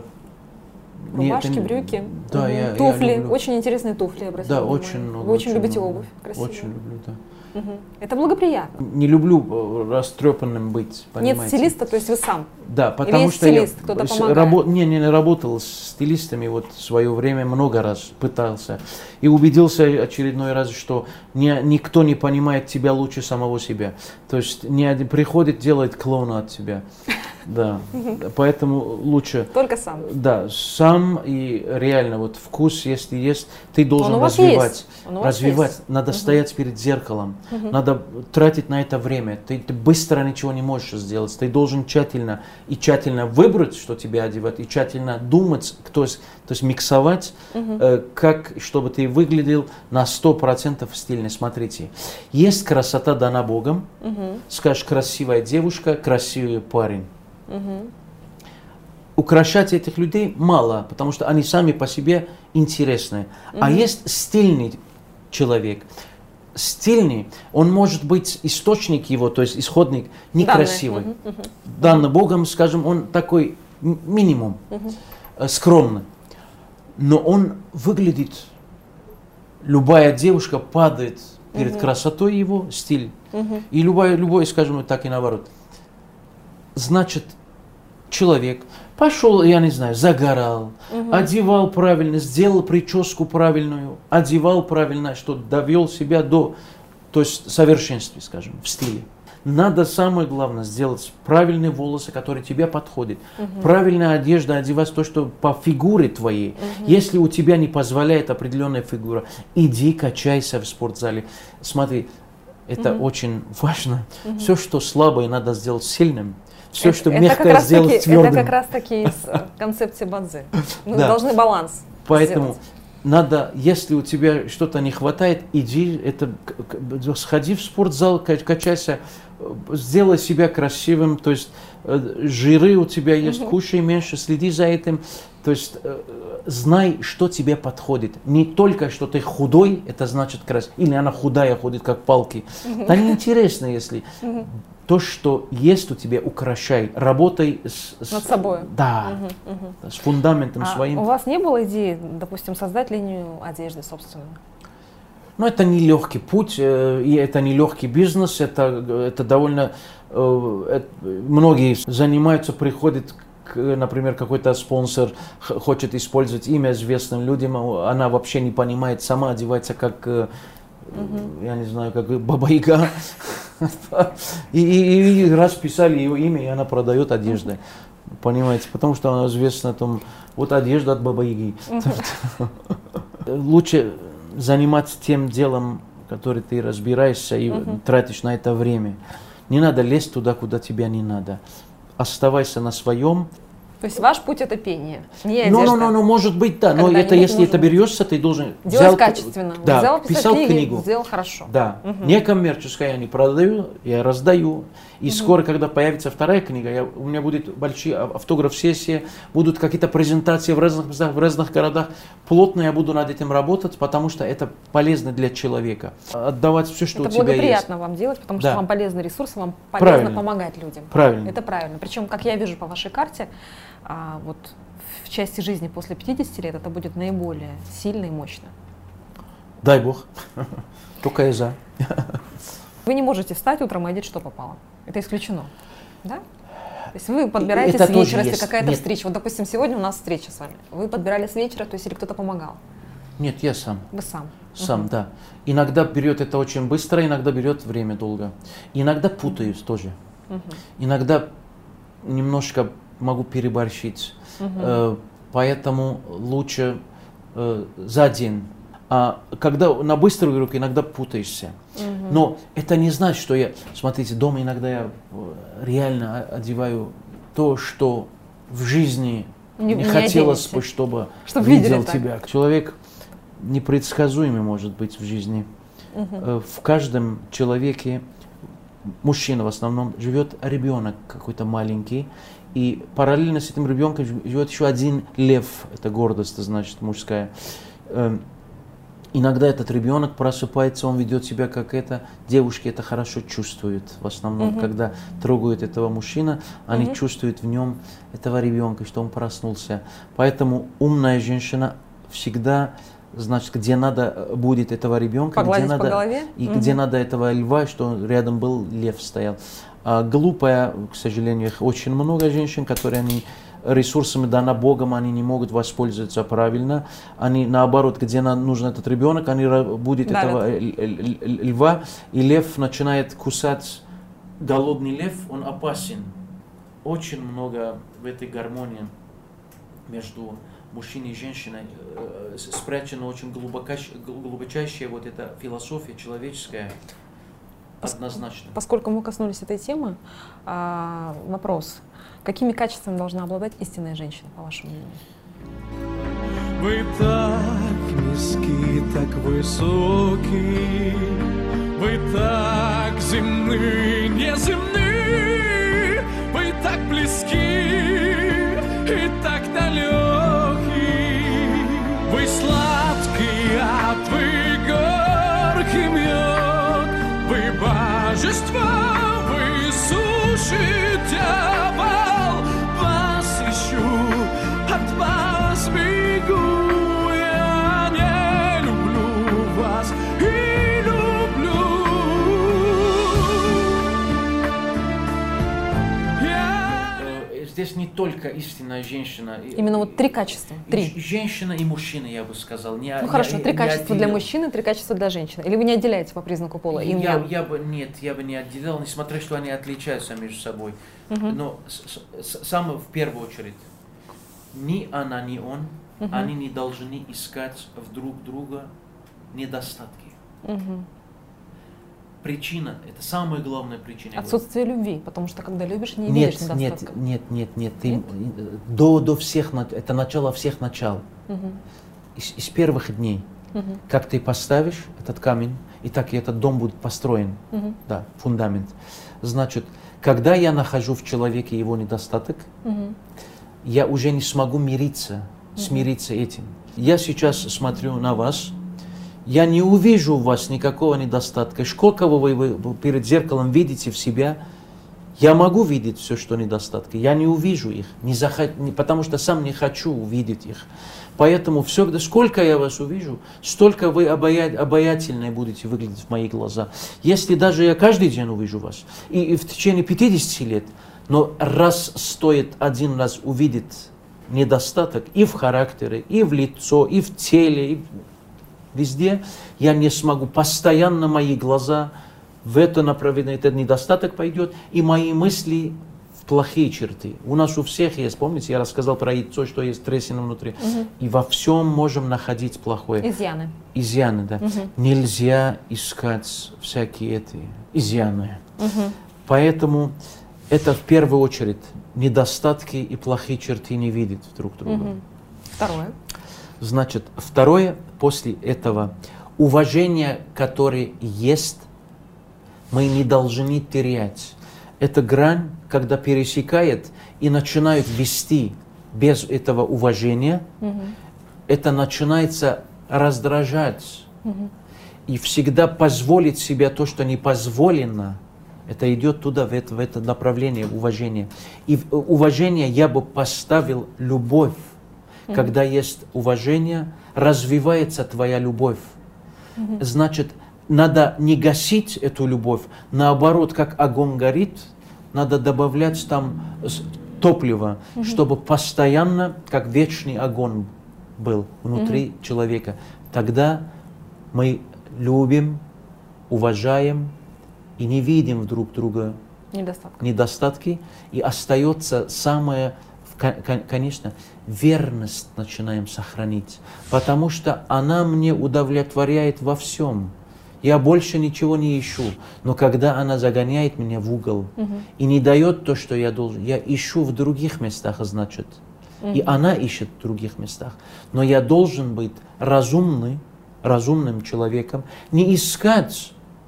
Рубашки, нет, брюки, да, угу. я, туфли. Я люблю. Очень интересные туфли, обратите Да, внимание. очень много. Вы очень, очень любите много. обувь, красивую. Очень люблю, да. Угу. Это благоприятно. Не люблю растрепанным быть, понимаете? Нет стилиста, то есть вы сам? Да, потому Или что стилист, я кто-то помогает? Рабо- не, не работал с стилистами вот в свое время, много раз пытался. И убедился очередной раз, что не, никто не понимает тебя лучше самого себя. То есть не один приходит, делает клоуна от тебя. Да, поэтому лучше... Только сам? Да, сам и реально вот вкус, если есть, ты должен Он развивать. Он развивать. есть. Надо Угу. стоять перед зеркалом, Угу. надо тратить на это время. Ты, ты быстро ничего не можешь сделать. Ты должен тщательно и тщательно выбрать, что тебя одевать, и тщательно думать, кто, то есть миксовать, угу. э, как, чтобы ты выглядел на сто процентов стильно. Смотрите, есть красота дана Богом, угу. скажешь, красивая девушка, красивый парень. Угу. Украшать этих людей мало, потому что они сами по себе интересны. Угу. А есть стильный человек. Стильный, он может быть источник его, то есть исходник, некрасивый. Угу, угу. Данный Богом, скажем, он такой минимум, угу. скромный. Но он выглядит, любая девушка падает перед угу. красотой его, стиль. Угу. И любой, любой, скажем так и наоборот. Значит, человек пошел, я не знаю, загорал, Мгм. одевал правильно, сделал прическу правильную, одевал правильно, что довел себя до, то есть совершенства, скажем, в стиле. Надо самое главное сделать правильные волосы, которые тебе подходят. Мгм. Правильная одежда, одевать то, что по фигуре твоей. Мгм. Если у тебя не позволяет определенная фигура, иди качайся в спортзале. Смотри, это Мгм. очень важно. Мгм. Все, что слабое, надо сделать сильным. Все, Это- что это мягкое, как раз сделать таки- твердым. Это как раз таки из э, концепции Бадзи. Мы Да. должны баланс Поэтому сделать. надо, если у тебя что-то не хватает, иди, это, к- к- сходи в спортзал, ка- качайся, э, сделай себя красивым, то есть э, жиры у тебя есть, Мгм. кушай меньше, следи за этим, то есть э, знай, что тебе подходит. Не только, что ты худой, это значит красиво, или она худая, ходит как палки. Это неинтересно, если Мгм. то, что есть у тебя, украшай, работай с, с- Над собой. Да, Мгм, мгм. с фундаментом А своим. у вас не было идеи, допустим, создать линию одежды собственную? Но это не легкий путь, э, и это не легкий бизнес, это, это довольно... э, э, Многие занимаются, приходят, к, например, какой-то спонсор х- хочет использовать имя известным людям, а она вообще не понимает, сама одевается как, э, я не знаю, как Баба-Яга. И, и- и раз писали ее имя, и она продает одежды. Понимаете, потому что она известна там, вот одежда от Бабы-Яги. Лучше заниматься тем делом, который ты разбираешься и Мгм. тратишь на это время. Не надо лезть туда, куда тебя не надо. Оставайся на своем. То есть ваш путь это пение, не одежда. Ну, ну, ну, ну, может быть, да. Но Когда-нибудь это если может это быть. берешься, ты должен... Делать взял- качественно. Да, Взял писать писал книги, книгу. сделал хорошо. Да, Мгм. некоммерческое я не продаю, я раздаю. И скоро, когда появится вторая книга, я, у меня будет большие ав- автограф-сессии, будут какие-то презентации в разных местах, в разных городах. Плотно я буду над этим работать, потому что это полезно для человека. Отдавать все, что Это у тебя есть. благоприятно вам делать, потому что Да. вам полезны ресурсы, вам полезно Правильно. помогать людям. Правильно. Это правильно. Причем, как я вижу по вашей карте, а, вот в части жизни после пятидесяти лет это будет наиболее сильно и мощно. Дай Бог. Только я за. Вы не можете встать утром и одеть, что попало. Это исключено. Да? То есть вы подбираете это с вечера, тоже если есть. какая-то Нет. встреча. Вот, допустим, сегодня у нас встреча с вами. Вы подбирали с вечера, то есть или кто-то помогал? Нет, я сам. Вы сам. Сам, Мгм. да. Иногда берет это очень быстро, иногда берет время долго. Иногда путаюсь тоже. Мгм. Иногда немножко могу переборщить. Мгм. Э, Поэтому лучше э, за день. А когда на быструю руку иногда путаешься. Мгм. Но это не значит, что я... Смотрите, дома иногда я э, реально о- одеваю то, что в жизни Не- не, не хотелось оденете. бы, чтобы Чтоб видели видел так. тебя. Человек непредсказуемый может быть в жизни. Мгм. Э, В каждом человеке, мужчина в основном, живет ребенок какой-то маленький. И параллельно с этим ребенком живет еще один лев. Это гордость, это значит мужская. Эм, Иногда этот ребенок просыпается, он ведет себя как это. Девушки это хорошо чувствуют. В основном, Мгм. когда трогают этого мужчину, они Мгм. чувствуют в нем этого ребенка, что он проснулся. Поэтому умная женщина всегда, значит, где надо будет этого ребенка, где Погладить по надо, голове? и Мгм. где надо этого льва, что рядом был лев стоял. А глупая, к сожалению, их очень много женщин, которые они ресурсами дана Богом, они не могут воспользоваться правильно. Они наоборот, где нам нужен этот ребенок, они ра- будет Давят. этого л- л- л- льва, и лев начинает кусать. Голодный лев, он опасен. Очень много в этой гармонии между мужчиной и женщиной э, с- спрячена очень глубоко- глубочайшая вот эта философия человеческая. Однозначно. Поскольку мы коснулись этой темы, а, вопрос. Какими качествами должна обладать истинная женщина, по вашему мнению? Вы так низки, так высоки, вы так земны, неземны, вы так близки и так далеки. Вы сладкий ад, вы горький мед, вы божество, вы суши дьявол, вас ищу, от вас бегу, я не люблю вас и люблю. Я... Э, Здесь не, только истинная женщина. Именно вот три качества. Три. И женщина и мужчина, я бы сказал. Не, ну хорошо, не, три не качества отделял. для мужчины, три качества для женщины. Или вы не отделяете по признаку пола? Я, я бы, нет, я бы не отделял, несмотря что они отличаются между собой. Угу. Но с, с, самое в первую очередь, ни она, ни он, угу. они не должны искать в друг друга недостатки. Угу. Причина, это самая главная причина. Отсутствие любви, потому что когда любишь, не видишь недостатков. Нет, нет, нет, нет, ты, нет? До, до всех, это начало всех начал. Угу. Из, из первых дней, угу. как ты поставишь этот камень, и так и этот дом будет построен, угу. да, фундамент. Значит, когда я нахожу в человеке его недостаток, угу. я уже не смогу мириться, угу. смириться этим. Я сейчас смотрю на вас, я не увижу у вас никакого недостатка. Сколько вы, вы, вы перед зеркалом видите в себя, я могу видеть все, что недостатки. Я не увижу их, не захот... не, потому что сам не хочу увидеть их. Поэтому все, сколько я вас увижу, столько вы обая... обаятельные будете выглядеть в мои глаза. Если даже я каждый день увижу вас, и, и в течение пятидесяти лет, но раз стоит один раз увидеть недостаток и в характере, и в лицо, и в теле, и везде, я не смогу. Постоянно мои глаза в это направление, этот недостаток пойдет, и мои мысли в плохие черты. У нас у всех есть, помните, я рассказал про яйцо, что есть трещина внутри. Угу. И во всем можем находить плохое. Изъяны. Изъяны, да. Угу. Нельзя искать всякие эти изъяны. Угу. Поэтому это в первую очередь недостатки и плохие черты не видят друг друга. Угу. Второе. Значит, второе, после этого, уважение, которое есть, мы не должны терять. Это грань, когда пересекает и начинают вести без этого уважения, угу. это начинается раздражать. Угу. И всегда позволить себе то, что не позволено, это идет туда, в это, в это направление уважения. И в уважение я бы поставил любовь. Mm-hmm. Когда есть уважение, развивается твоя любовь. Mm-hmm. Значит, надо не гасить эту любовь, наоборот, как огонь горит, надо добавлять там топливо, mm-hmm. чтобы постоянно, как вечный огонь был внутри mm-hmm. человека. Тогда мы любим, уважаем и не видим друг друга недостатки, недостатки и остается самое, конечно, верность начинаем сохранить, потому что она мне удовлетворяет во всем. Я больше ничего не ищу, но когда она загоняет меня в угол угу. и не дает то, что я должен, я ищу в других местах, значит, угу. и она ищет в других местах. Но я должен быть разумный, разумным человеком, не искать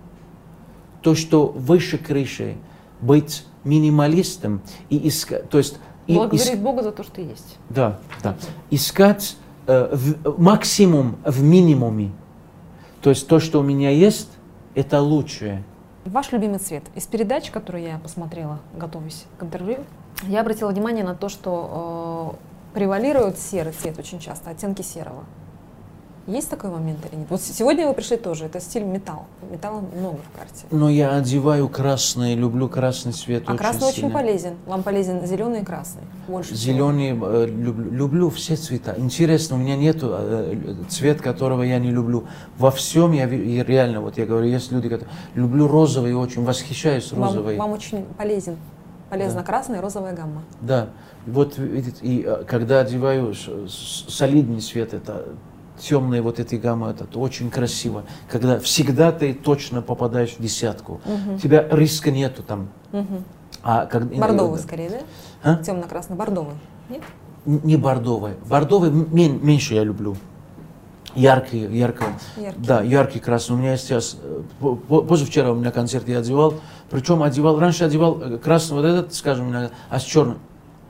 то, что выше крыши, быть минималистом и искать, то есть благодарить ис... Бога за то, что есть. Да, да. Искать э, в, максимум в минимуме. То есть то, что у меня есть, это лучшее. Ваш любимый цвет. Из передач, которые я посмотрела, готовясь к интервью, я обратила внимание на то, что э, превалирует серый цвет очень часто, оттенки серого. Есть такой момент или нет? Вот сегодня вы пришли тоже, это стиль металл. Металла много в карте. Но я одеваю красный, люблю красный цвет. А очень красный сильно. Очень полезен. Вам полезен зеленый и красный. Больше зеленый э, люблю, люблю все цвета. Интересно, у меня нет э, цвет, которого я не люблю. Во всем я, я реально, вот я говорю, есть люди, которые люблю розовый, очень восхищаюсь розовой. Вам, вам очень полезен. Полезна да. красная и розовая гамма. Да. Вот видите, и когда одеваю солидный цвет, это темные вот эти гаммы, это очень красиво. Когда всегда ты точно попадаешь в десятку. Угу. У тебя риска нету там. Угу. А, как, бордовый скорее, да? А? Темно-красный, бордовый. Нет? Не бордовый. Бордовый мен, меньше я люблю. Яркий, яркий. Яркий. Да, яркий красный. У меня есть сейчас, позавчера у меня концерт я одевал, причем одевал, раньше одевал красный вот этот, скажем, а с черным.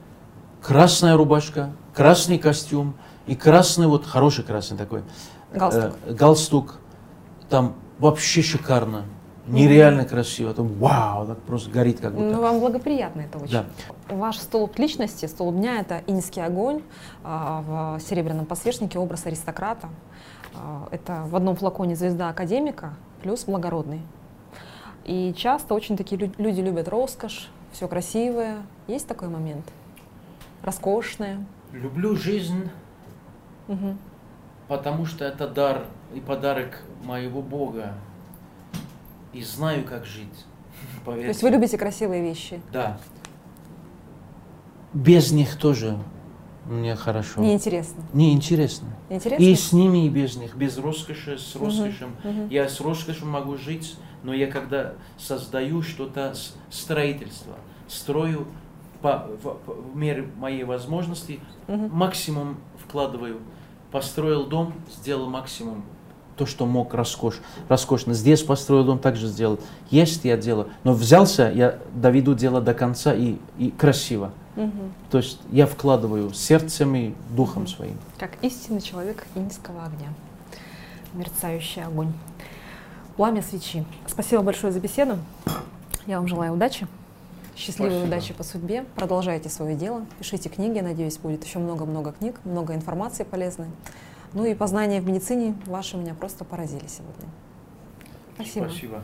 Красная рубашка, красный костюм. И красный, вот хороший красный такой. Галстук. Э, галстук. Там вообще шикарно. Нереально mm-hmm. красиво. Там вау, так просто горит как будто. Ну, вам благоприятно это очень. Да. Ваш столб личности, столб дня — это инский огонь, а, в серебряном подсвечнике образ аристократа. А, это в одном флаконе звезда академика плюс благородный. И часто очень такие люди любят роскошь, все красивое. Есть такой момент? роскошное? Люблю жизнь, Мгм. потому что это дар и подарок моего Бога. И знаю, как жить. То Поверьте. есть вы любите красивые вещи? Да. Без них тоже мне хорошо. Неинтересно. Неинтересно. Интересно? И с ними, и без них. Без роскоши, с роскошем. мгм. Я с роскошью могу жить, но я когда создаю что-то, с- строительство, строю по, в, по- в мере моей возможности, Мгм. максимум вкладываю. Построил дом, сделал максимум. То, что мог роскош, роскошно. Здесь построил дом, также сделал. Есть я делаю. Но взялся, я доведу дело до конца и, и красиво. Мгм. То есть я вкладываю сердцем и духом своим. Как истинный человек иньского огня. Мерцающий огонь. Пламя свечи. Спасибо большое за беседу. Я вам желаю удачи. Счастливой Спасибо. удачи по судьбе. Продолжайте свое дело. Пишите книги. Надеюсь, будет еще много-много книг, много информации полезной. Ну и познания в медицине ваши меня просто поразили сегодня. Спасибо. Спасибо.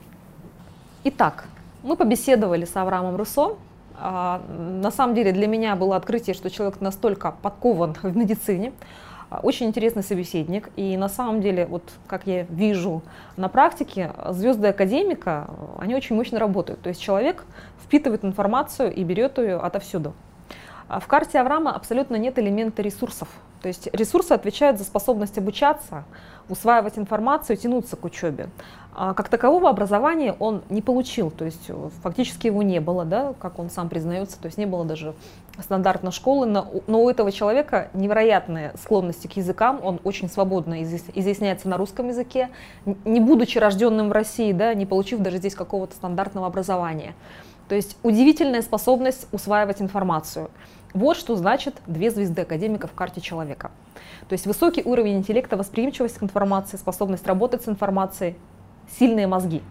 Итак, мы побеседовали с Авраамом Руссо. А, На самом деле для меня было открытие, что человек настолько подкован в медицине. А, Очень интересный собеседник. И на самом деле, вот как я вижу на практике, звезды академика, они очень мощно работают. То есть человек впитывает информацию и берет ее отовсюду. А В карте Авраама абсолютно нет элемента ресурсов. То есть ресурсы отвечают за способность обучаться, усваивать информацию, тянуться к учебе. А как такового образования он не получил, то есть э, фактически его не было, да, как он сам признается, то есть не было даже стандартной школы, но, у- но у этого человека невероятные склонности к языкам, он очень свободно изъяс- изъясняется на русском языке, н- не будучи рожденным в России, да, не получив даже здесь какого-то стандартного образования. То есть удивительная способность усваивать информацию. Вот что значит две звезды академика в карте человека. То есть высокий уровень интеллекта, восприимчивость к информации, способность работать с информацией, сильные мозги.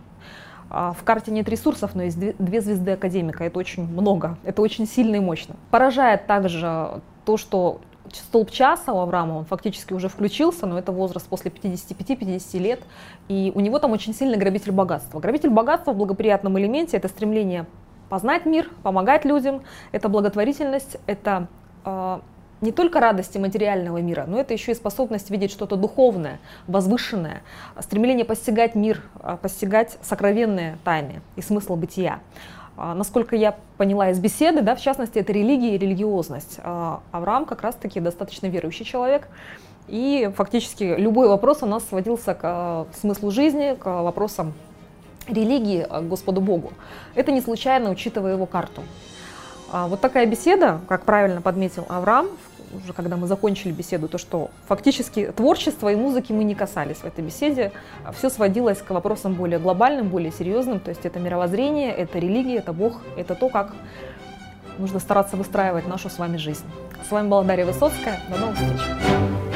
А В карте нет ресурсов, но есть две две звезды академика. Это очень много, это очень сильно и мощно. Поражает также то, что столб часа у Авраама, он фактически уже включился, но это возраст после пятидесяти пяти — пятидесяти лет, и у него там очень сильный грабитель богатства. Грабитель богатства в благоприятном элементе — это стремление познать мир, помогать людям, это благотворительность, это э, не только радости материального мира, но это еще и способность видеть что-то духовное, возвышенное, стремление постигать мир, э, постигать сокровенные тайны и смысл бытия. А, Насколько я поняла из беседы, да, в частности, это религия и религиозность. А Авраам как раз-таки достаточно верующий человек, и фактически любой вопрос у нас сводился к э, смыслу жизни, к вопросам религии, к Господу Богу. Это не случайно, учитывая его карту. А Вот такая беседа, как правильно подметил Авраам, уже когда мы закончили беседу, то что фактически творчества и музыки мы не касались в этой беседе. Все сводилось к вопросам более глобальным, более серьезным. То есть это мировоззрение, это религия, это Бог, это то, как нужно стараться выстраивать нашу с вами жизнь. С вами была Дарья Высоцкая. До новых встреч!